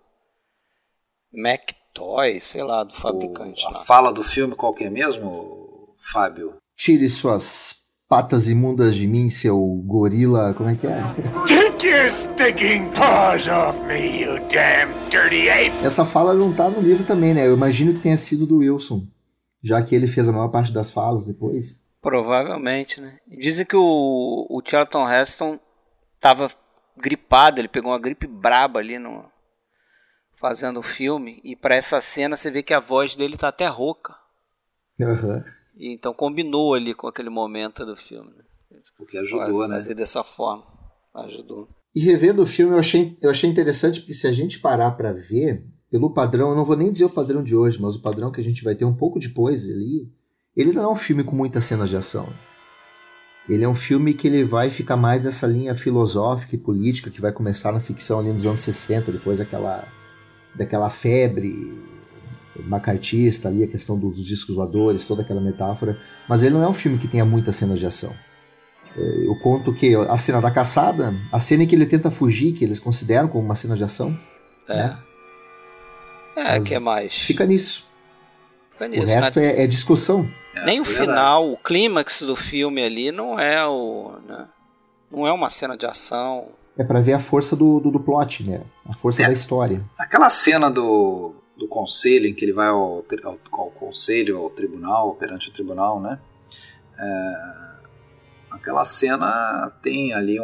MacToy, sei lá, do fabricante. A fala do filme qual que é mesmo, Fábio? Tire suas patas imundas de mim, seu gorila... Como é que é? Take your stinking paws off me, you damn dirty ape! Essa fala não tá no livro também, né? Eu imagino que tenha sido do Wilson, já que ele fez a maior parte das falas depois. Provavelmente, né? Dizem que o Charlton Heston tava gripado, ele pegou uma gripe braba ali fazendo o filme, e para essa cena você vê que a voz dele tá até rouca. Uhum. E então combinou ali com aquele momento do filme, né? O que ajudou, né? Fazer dessa forma. Ajudou. E revendo o filme, eu achei interessante, porque se a gente parar para ver, pelo padrão, eu não vou nem dizer o padrão de hoje, mas o padrão que a gente vai ter um pouco depois ali, ele não é um filme com muitas cenas de ação. Ele é um filme que ele vai ficar mais nessa linha filosófica e política que vai começar na ficção ali nos anos 60, depois daquela febre macartista ali, a questão dos discos voadores, toda aquela metáfora. Mas ele não é um filme que tenha muitas cenas de ação. Eu conto que a cena da caçada, a cena em que ele tenta fugir, que eles consideram como uma cena de ação. Né? Que mais? Fica nisso. O resto é discussão. Nem o final, o clímax do filme ali não é não é uma cena de ação. É pra ver a força do plot, né? A força da história. Aquela cena do conselho, em que ele vai ao conselho, ao tribunal, perante o tribunal, né? Aquela cena tem ali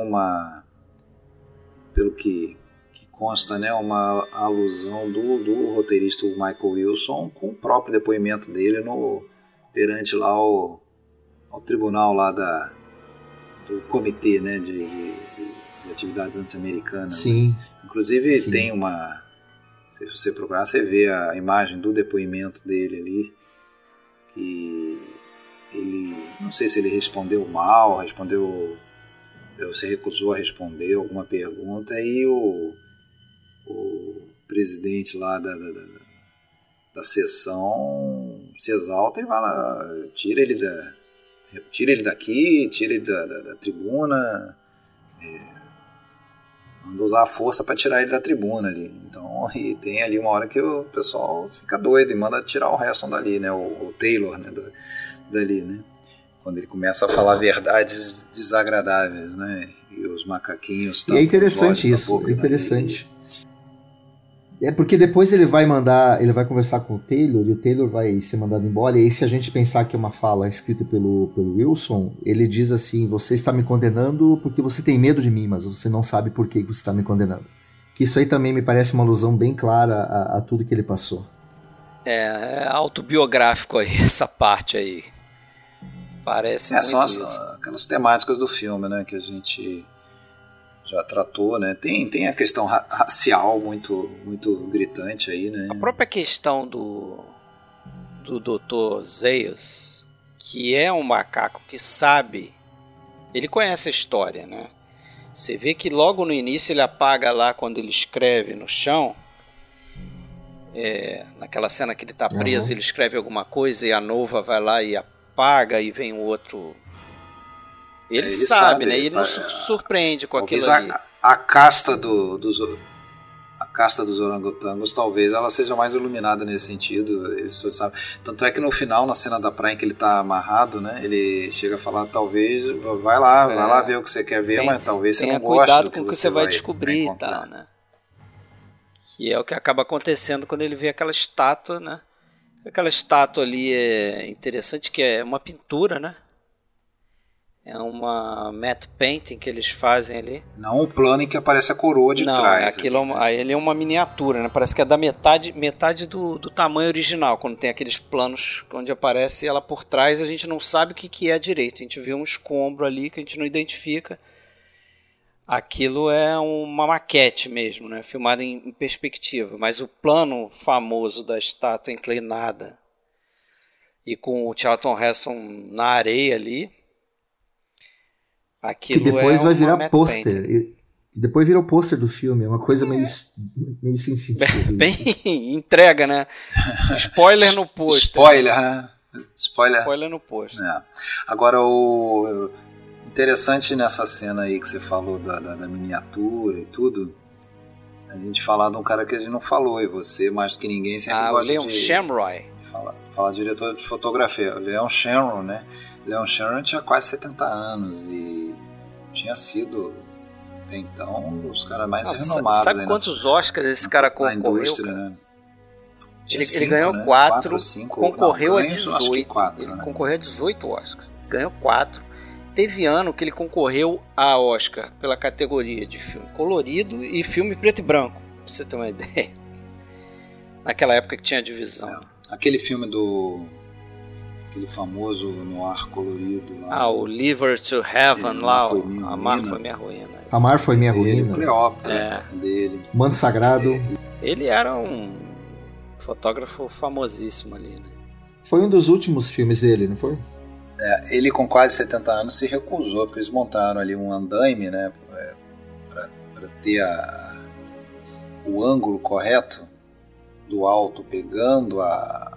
pelo que consta, né, uma alusão do roteirista Michael Wilson com o próprio depoimento dele perante lá ao tribunal lá do comitê, né, de atividades anti-americanas. Sim. Né? Inclusive Sim. Tem se você procurar, você vê a imagem do depoimento dele ali, que ele, não sei se ele respondeu mal, se recusou a responder alguma pergunta, e o presidente lá da sessão se exalta e vai lá, tira ele daqui, tira ele da tribuna, manda usar a força para tirar ele da tribuna ali. Então, e tem ali uma hora que o pessoal fica doido e manda tirar o resto dali, né, o Taylor, né, dali, né, quando ele começa a falar verdades desagradáveis, né, e os macaquinhos... E é interessante isso, é interessante. É porque depois ele vai conversar com o Taylor, e o Taylor vai ser mandado embora, e aí se a gente pensar que é uma fala escrita pelo Wilson, ele diz assim: você está me condenando porque você tem medo de mim, mas você não sabe por que você está me condenando. Que isso aí também me parece uma alusão bem clara a tudo que ele passou. É autobiográfico aí, essa parte aí. Parece muito são isso. Aquelas temáticas do filme, né, que a gente já tratou, né? Tem a questão racial muito, muito gritante aí, né? A própria questão do Dr. Zaius, que é um macaco que sabe, ele conhece a história, né? Você vê que logo no início ele apaga lá quando ele escreve no chão, naquela cena que ele está preso, ele escreve alguma coisa e a Nova vai lá e apaga e vem o outro... Ele sabe, né? E ele não se surpreende com aquilo ali. A casta dos orangotangos, talvez ela seja mais iluminada nesse sentido, eles todos sabem. Tanto é que no final, na cena da praia em que ele está amarrado, né, ele chega a falar, talvez, vai lá ver o que você quer ver, mas talvez você não goste do que cuidado com o que você vai descobrir e tal, né? Que é o que acaba acontecendo quando ele vê aquela estátua, né? Aquela estátua ali é interessante, que é uma pintura, né? É uma matte painting que eles fazem ali. Não o plano em que aparece a coroa de trás. Aí ele é uma miniatura, né? Parece que é da metade do tamanho original, quando tem aqueles planos onde aparece ela por trás, a gente não sabe o que é direito. A gente vê um escombro ali que a gente não identifica. aquilo é uma maquete mesmo, né? Filmada em perspectiva. Mas o plano famoso da estátua inclinada e com o Charlton Heston na areia ali, aquilo que depois vai virar matte pôster. painting. E depois vira o pôster do filme. É uma coisa meio sem sentido. Bem entrega, né? Spoiler no pôster. Spoiler, né? Spoiler no pôster. É. Agora, o interessante nessa cena aí que você falou da miniatura e tudo, a gente falar de um cara que a gente não falou, e você, mais do que ninguém, sempre o gosta Leon de Shamroy. falar diretor de fotografia. O Leon Shamroy, né? Leon Shamroy tinha quase 70 anos e tinha sido, até então, um dos caras mais renomados. Sabe quantos Oscars esse cara concorreu? Indústria, né? Ele ganhou 4, quatro ou cinco, concorreu a ganhos, 18. acho que 4, ele né? concorreu a 18 Oscars. Ganhou 4. Teve ano que ele concorreu a Oscar pela categoria de filme colorido e filme preto e branco, pra você ter uma ideia. Naquela época que tinha divisão. Aquele filme aquele famoso noir colorido lá. O Liver to Heaven lá, Amar foi minha ruína. Amar foi minha ruína. Cleópatra dele. Manto Sagrado. Ele era um fotógrafo famosíssimo ali, né? Foi um dos últimos filmes dele, não foi? Ele com quase 70 anos se recusou, porque eles montaram ali um andaime, né, para ter o ângulo correto do alto pegando a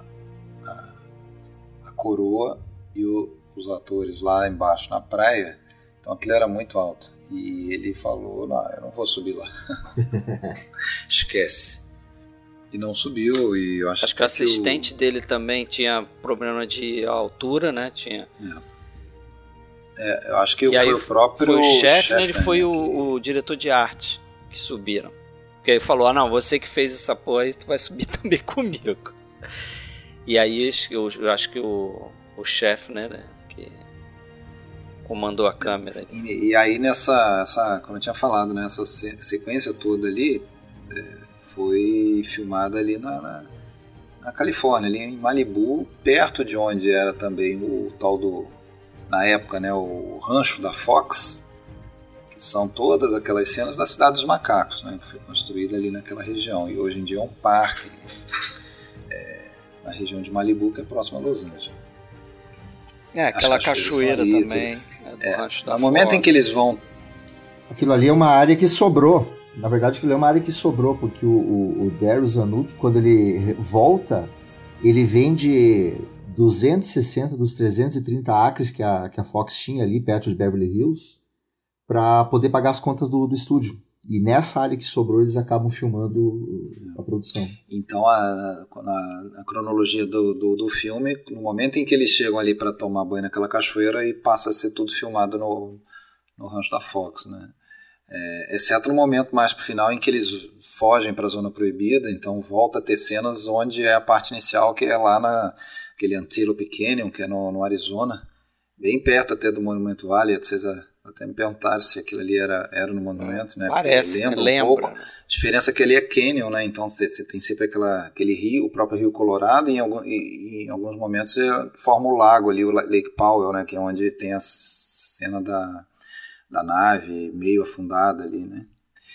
coroa e os atores lá embaixo na praia. Então aquilo era muito alto e ele falou: não, eu não vou subir lá. Esquece. E não subiu. E eu acho que o assistente dele também tinha problema de altura, né? Eu acho que foi o próprio foi o chefe, né? Ele né? foi o diretor de arte que subiram. Porque aí falou: não, você que fez essa porra aí, tu vai subir também comigo. E aí eu acho que o chefe, né, que comandou a câmera. E aí como eu tinha falado, né, essa sequência toda ali foi filmada ali na Califórnia, ali em Malibu, perto de onde era também o tal na época, né, o rancho da Fox, que são todas aquelas cenas da Cidade dos Macacos, né, que foi construída ali naquela região, e hoje em dia é um parque na região de Malibu, que é próximo a Los Angeles. Aquela cachoeira também. No momento em que eles vão... Aquilo ali é uma área que sobrou. Na verdade, aquilo é uma área que sobrou, porque o Darryl Zanuck, quando ele volta, ele vende 260 dos 330 acres que a Fox tinha ali, perto de Beverly Hills, para poder pagar as contas do estúdio. E nessa área que sobrou, eles acabam filmando a produção. Então, a cronologia do filme, no momento em que eles chegam ali para tomar banho naquela cachoeira, e passa a ser tudo filmado no rancho da Fox, né? Exceto no momento mais pro final em que eles fogem para a zona proibida, então volta a ter cenas onde é a parte inicial, que é lá naquele Antelope Canyon, que é no Arizona, bem perto até do Monument Valley. Vocês até me perguntaram se aquilo ali era no Monumento, né? Parece, lembra um pouco. A diferença é que ali é canyon, né? Então você tem sempre aquele rio, o próprio Rio Colorado, e em alguns momentos forma o lago ali, o Lake Powell, né? Que é onde tem a cena da nave meio afundada ali, né?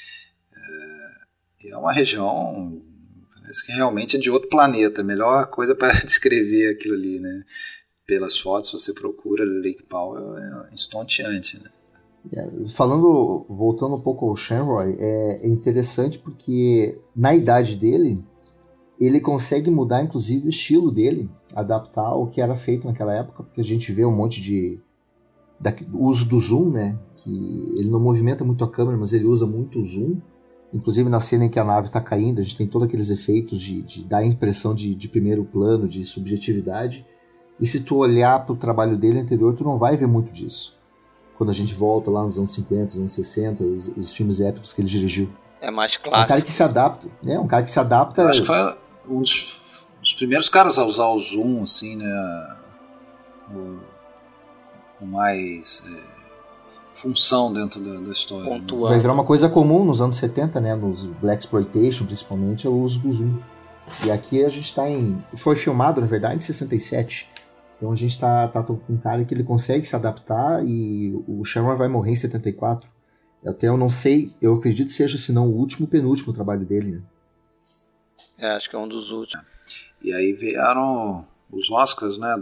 É uma região, parece que realmente é de outro planeta. A melhor coisa para descrever aquilo ali, né? Pelas fotos, você procura Lake Powell, é estonteante, né? Voltando um pouco ao Shamroy, é interessante porque na idade dele, ele consegue mudar inclusive o estilo dele, adaptar ao que era feito naquela época, porque a gente vê um monte de uso do zoom, né? Que ele não movimenta muito a câmera, mas ele usa muito o zoom. Inclusive na cena em que a nave está caindo, a gente tem todos aqueles efeitos de dar a impressão de primeiro plano, de subjetividade. E se tu olhar para o trabalho dele anterior, tu não vai ver muito disso. Quando a gente volta lá nos anos 50, anos 60, os filmes épicos que ele dirigiu. É mais clássico. É um cara que se adapta. Um cara que se adapta. Eu acho que foi um dos primeiros caras a usar o zoom, assim, né? Com mais função dentro da história. Pontuando. Vai virar uma coisa comum nos anos 70, né? Nos Blaxploitation, principalmente, é o uso do zoom. E aqui a gente está foi filmado, na verdade, em 67. Então a gente está com um cara que ele consegue se adaptar, e o Shamroy vai morrer em 74. Até eu não sei, eu acredito que seja, se não o último, penúltimo trabalho dele, né? Acho que é um dos últimos. E aí vieram os Oscars, né,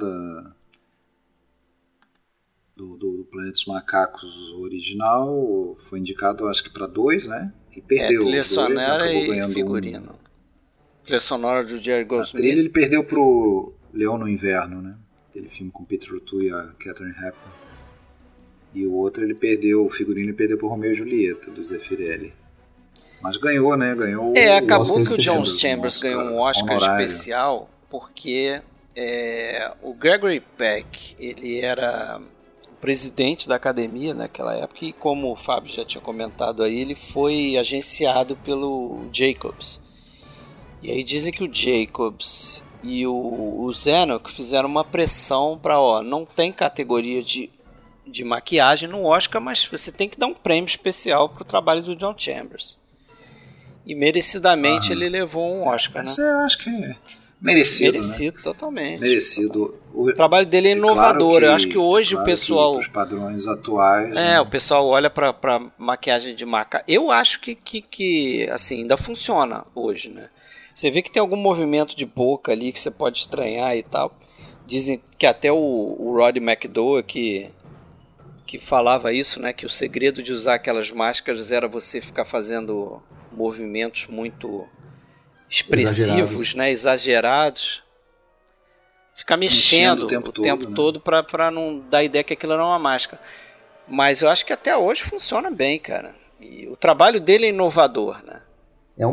do Planeta dos Macacos original, foi indicado acho que para 2, né? E perdeu. Trilha sonora e figurino. Trilha sonora do Jerry Goldsmith. A trilha ele perdeu pro Leão no Inverno, né? Aquele filme com Peter O'Toole e a Katharine Hepburn. E o outro ele perdeu, o figurino ele perdeu pro Romeu e Julieta, do Zeffirelli. Mas ganhou, né? Ganhou acabou que o John Chambers ganhou um Oscar especial porque o Gregory Peck, ele era presidente da academia naquela época e, como o Fábio já tinha comentado aí, ele foi agenciado pelo Jacobs. E aí dizem que o Jacobs e o Zanuck fizeram uma pressão para, não tem categoria de maquiagem no Oscar, mas você tem que dar um prêmio especial pro trabalho do John Chambers. E merecidamente ele levou um Oscar, né? Eu acho que é merecido, né? Totalmente. Merecido. O trabalho dele é inovador. Eu acho que hoje o pessoal... Os padrões atuais... O pessoal olha pra maquiagem de maca. Eu acho que assim, ainda funciona hoje, né? Você vê que tem algum movimento de boca ali que você pode estranhar e tal. Dizem que até o Roddy McDowell que falava isso, né? Que o segredo de usar aquelas máscaras era você ficar fazendo movimentos muito expressivos, exagerados. Ficar mexendo o tempo todo para não dar ideia que aquilo era uma máscara. Mas eu acho que até hoje funciona bem, cara. E o trabalho dele é inovador, né? É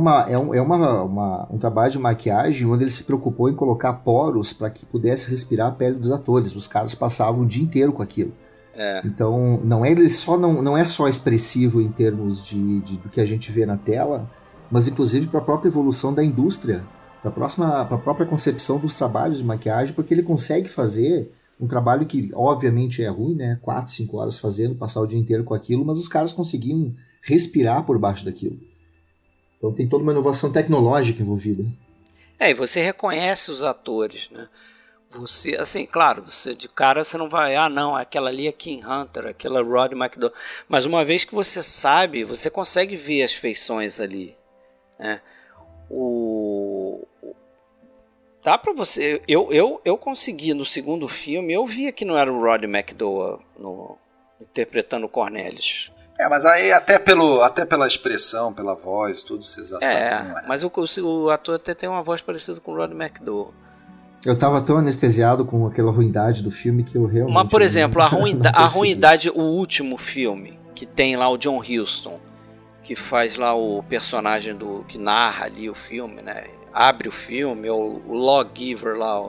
um trabalho de maquiagem onde ele se preocupou em colocar poros para que pudesse respirar a pele dos atores. Os caras passavam o dia inteiro com aquilo. Então não é só expressivo em termos do que a gente vê na tela, mas inclusive para a própria evolução da indústria, para a própria concepção dos trabalhos de maquiagem, porque ele consegue fazer um trabalho que obviamente é ruim, né? 4, 5 horas fazendo, passar o dia inteiro com aquilo, mas os caras conseguiam respirar por baixo daquilo. Então tem toda uma inovação tecnológica envolvida. E você reconhece os atores, né? Você, assim, claro, você de cara você não vai, não, aquela ali é Kim Hunter, aquela é Roddy McDowell, mas uma vez que você sabe, você consegue ver as feições ali, né? Dá pra você, eu consegui no segundo filme, eu via que não era o Roddy McDowell interpretando o Cornelius. Mas aí até pela expressão, pela voz, tudo você já sabe. Não é. Mas o ator até tem uma voz parecida com o Roddy McDowell. Eu tava tão anestesiado com aquela ruindade do filme que eu realmente... Mas, por exemplo, a ruindade, o último filme, que tem lá o John Huston, que faz lá o personagem que narra ali o filme, né? Abre o filme, o Lawgiver lá.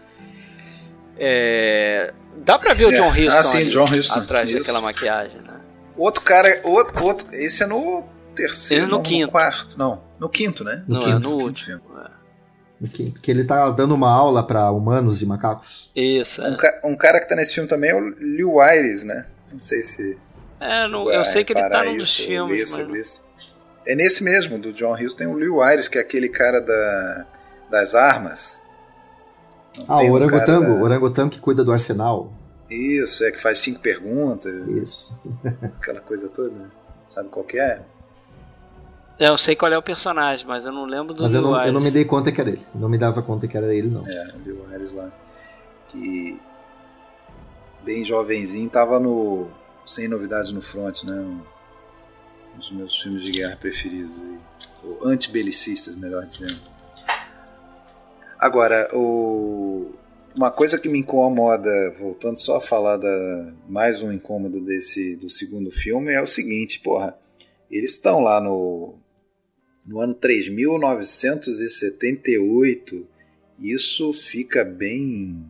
Dá pra ver o John Huston, John Huston atrás daquela maquiagem, né? Outro cara, esse é no terceiro, no quinto. No quarto, não, no quinto, né? No último. Que ele tá dando uma aula pra humanos e macacos. Isso. Um cara que tá nesse filme também é o Lew Ayres, né? Não sei se... eu sei que ele tá num dos filmes. Isso. É nesse mesmo, do John Hughes, tem o Lew Ayres, que é aquele cara das armas. O orangotango que cuida do arsenal. Isso, que faz 5 perguntas. Isso. Aquela coisa toda, né? Sabe qual que é? Eu sei qual é o personagem, mas eu não lembro do Mas Lew Ayres. Eu não me dei conta que era ele. Não me dava conta que era ele, não. O Lew Ayres lá. Que bem jovenzinho tava no Sem Novidades no Front, né? Um dos meus filmes de guerra preferidos aí. Ou antibelicistas, melhor dizendo. Agora, uma coisa que me incomoda, voltando só a falar mais um incômodo do segundo filme, é o seguinte, eles estão lá no ano 3978, isso fica bem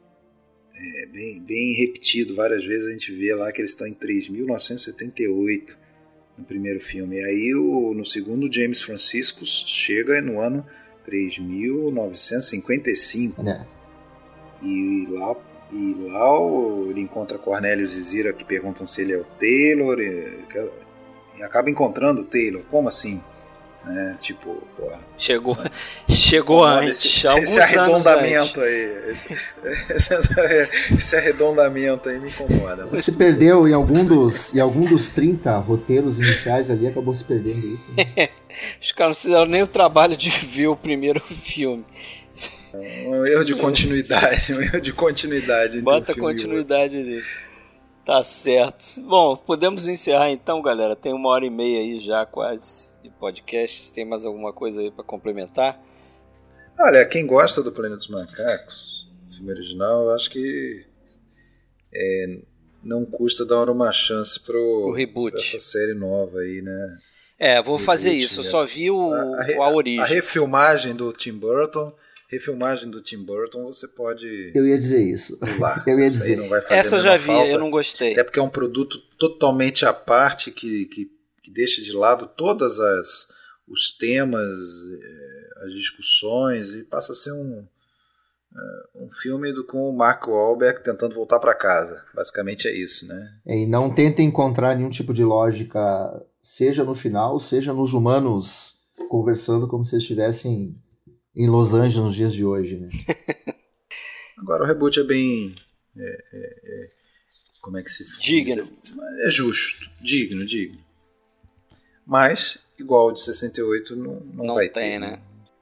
repetido, várias vezes a gente vê lá que eles estão em 3978 no primeiro filme, e aí no segundo James Francisco chega no ano 3955. E lá ele encontra Cornelius e Zira, que perguntam se ele é o Taylor, e acaba encontrando o Taylor. Como assim? né? Tipo, porra. Chegou antes, Esse alguns arredondamento anos antes. aí. Esse arredondamento aí me incomoda. Você perdeu em algum dos 30 roteiros iniciais ali, acabou se perdendo isso. Né? Os caras não fizeram nem o trabalho de ver o primeiro filme. Um erro de continuidade. Entre Bota um filme continuidade dele. Tá certo. Bom, podemos encerrar então, galera. Tem 1h30 aí já quase de podcast. Se tem mais alguma coisa aí pra complementar? Olha, quem gosta do Planeta dos Macacos, filme original, eu acho que não custa dar uma chance pro reboot. pra essa série nova aí, né? Vou fazer isso. Eu só vi a origem. A refilmagem do Tim Burton, você pode... Eu ia dizer isso. pular. Eu ia dizer. Não vai fazer Essa eu já vi, falta, eu não gostei. até porque é um produto totalmente à parte que deixa de lado todas os temas, as discussões, e passa a ser um filme com o Mark Wahlberg tentando voltar para casa. Basicamente é isso, né? E não tenta encontrar nenhum tipo de lógica, seja no final, seja nos humanos conversando como se estivessem em Los Angeles nos dias de hoje, né? Agora o reboot é bem... como é que se diz? Digno. É justo. Digno. Mas, igual o de 68, não vai tem, ter. né?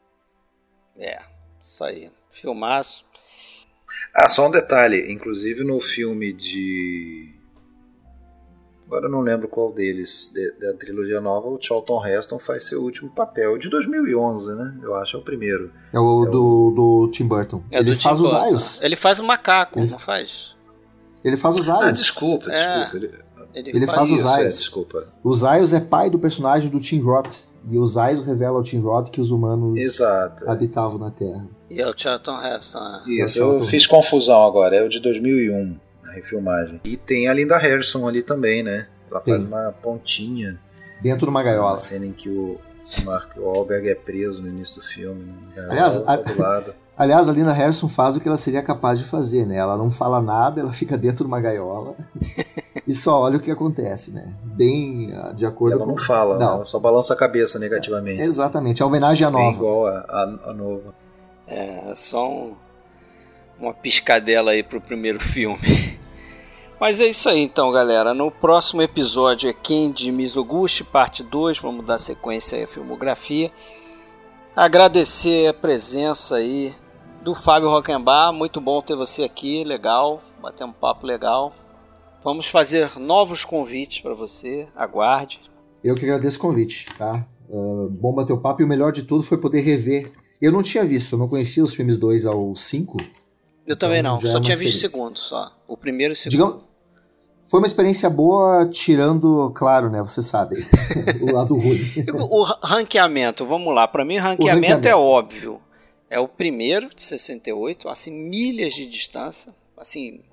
Isso aí. Filmaço. Só um detalhe. Inclusive no filme de... Agora eu não lembro qual deles, da trilogia nova, o Charlton Heston faz seu último papel, de 2011, né? Eu acho, é o primeiro. É o do Tim Burton. Ele faz os Aios. Ele faz o macaco, não faz? Ele faz os Aios. Desculpa. Ele faz os Aios. Desculpa. Os Aios é pai do personagem do Tim Roth. E os Aios revelam ao Tim Roth que os humanos habitavam na Terra. E é o Charlton Heston. Isso, eu fiz confusão agora. É o de 2001, a refilmagem. E tem a Linda Harrison ali também, né? Ela faz uma pontinha. Dentro de uma gaiola. Uma cena em que o Mark Wahlberg é preso no início do filme. Né? Aliás, a Linda Harrison faz o que ela seria capaz de fazer, né? Ela não fala nada, ela fica dentro de uma gaiola e só olha o que acontece, né? Bem de acordo com... Ela não fala, não. Ela só balança a cabeça negativamente. Exatamente, é a homenagem à nova. É igual a nova. É só uma piscadela aí pro primeiro filme. Mas é isso aí então, galera. No próximo episódio é Kenji Mizoguchi, parte 2. Vamos dar sequência aí à filmografia. Agradecer a presença aí do Fábio Rockenbach. Muito bom ter você aqui, legal. Bater um papo legal. Vamos fazer novos convites para você. Aguarde. Eu que agradeço o convite, tá? Bom bater o papo. E o melhor de tudo foi poder rever. Eu não tinha visto, eu não conhecia os filmes 2 ao 5. Eu também não, só tinha visto o segundo, só. O primeiro e o segundo. Digamos, foi uma experiência boa, tirando, claro, né? Você sabe, o lado ruim. O ranqueamento, vamos lá. Para mim, o ranqueamento é óbvio. É o primeiro, de 68, assim, milhas de distância. Assim,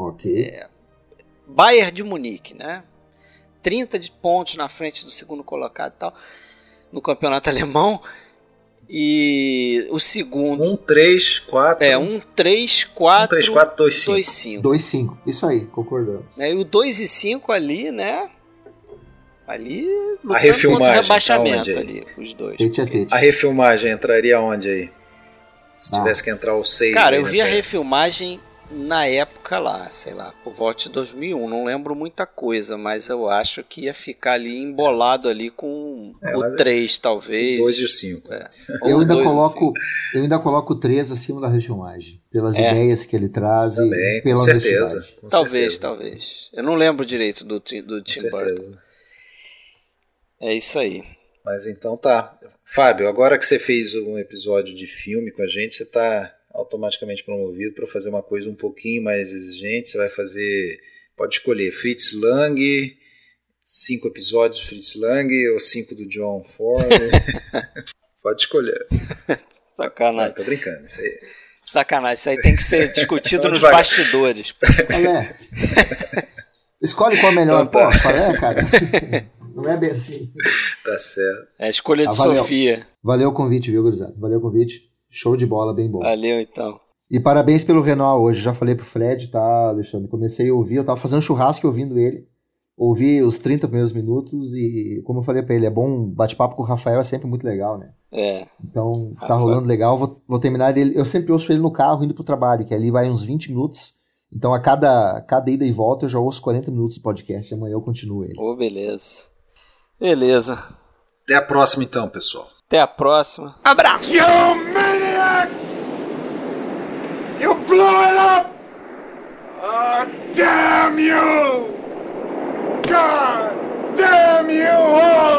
Bayern de Munique, né? 30 de pontos na frente do segundo colocado e tal, no campeonato alemão. E o segundo... 1-3-4... 1-3-4... 1-3-4-2-5. 2-5, isso aí, concordamos. E o 2 e 5 ali, né? Ali... A refilmagem, rebaixamento ali, os dois. A refilmagem entraria onde aí? Se tivesse que entrar o 6... Cara, eu vi a refilmagem na época lá, sei lá, por volta de 2001. Não lembro muita coisa, mas eu acho que ia ficar ali embolado ali com o 3, talvez. O 2 e o 5. Eu ainda coloco o 3 acima da refilmagem. Pelas ideias que ele traz também, e pela com certeza. Talvez. Eu não lembro direito do Tim Burton. É isso aí. Mas então tá. Fábio, agora que você fez um episódio de filme com a gente, você tá automaticamente promovido para fazer uma coisa um pouquinho mais exigente. Você vai fazer, pode escolher Fritz Lang, 5 episódios de Fritz Lang ou 5 do John Ford. Pode escolher. Sacanagem. Tô brincando, isso aí. Sacanagem, isso aí tem que ser discutido nos bastidores. Escolhe qual é melhor, cara. Não é bem assim. Tá certo. É a escolha de Sofia. Valeu o convite, viu, gurizada? Valeu o convite. Show de bola, bem bom. Valeu, então. E parabéns pelo Renault hoje. Já falei pro Fred, tá, Alexandre? Comecei a ouvir, eu tava fazendo churrasco ouvindo ele. ouvi os 30 primeiros minutos e, como eu falei pra ele, é bom, bate-papo com o Rafael é sempre muito legal, né? Então, tá rolando legal, vou terminar dele. Eu sempre ouço ele no carro indo pro trabalho, que ali vai uns 20 minutos. Então, a cada ida e volta, eu já ouço 40 minutos do podcast. Amanhã eu continuo ele. Beleza. Beleza. Até a próxima, então, pessoal. Até a próxima. Abraço! You maniacs! You blew it up! Oh, damn you! God damn you all!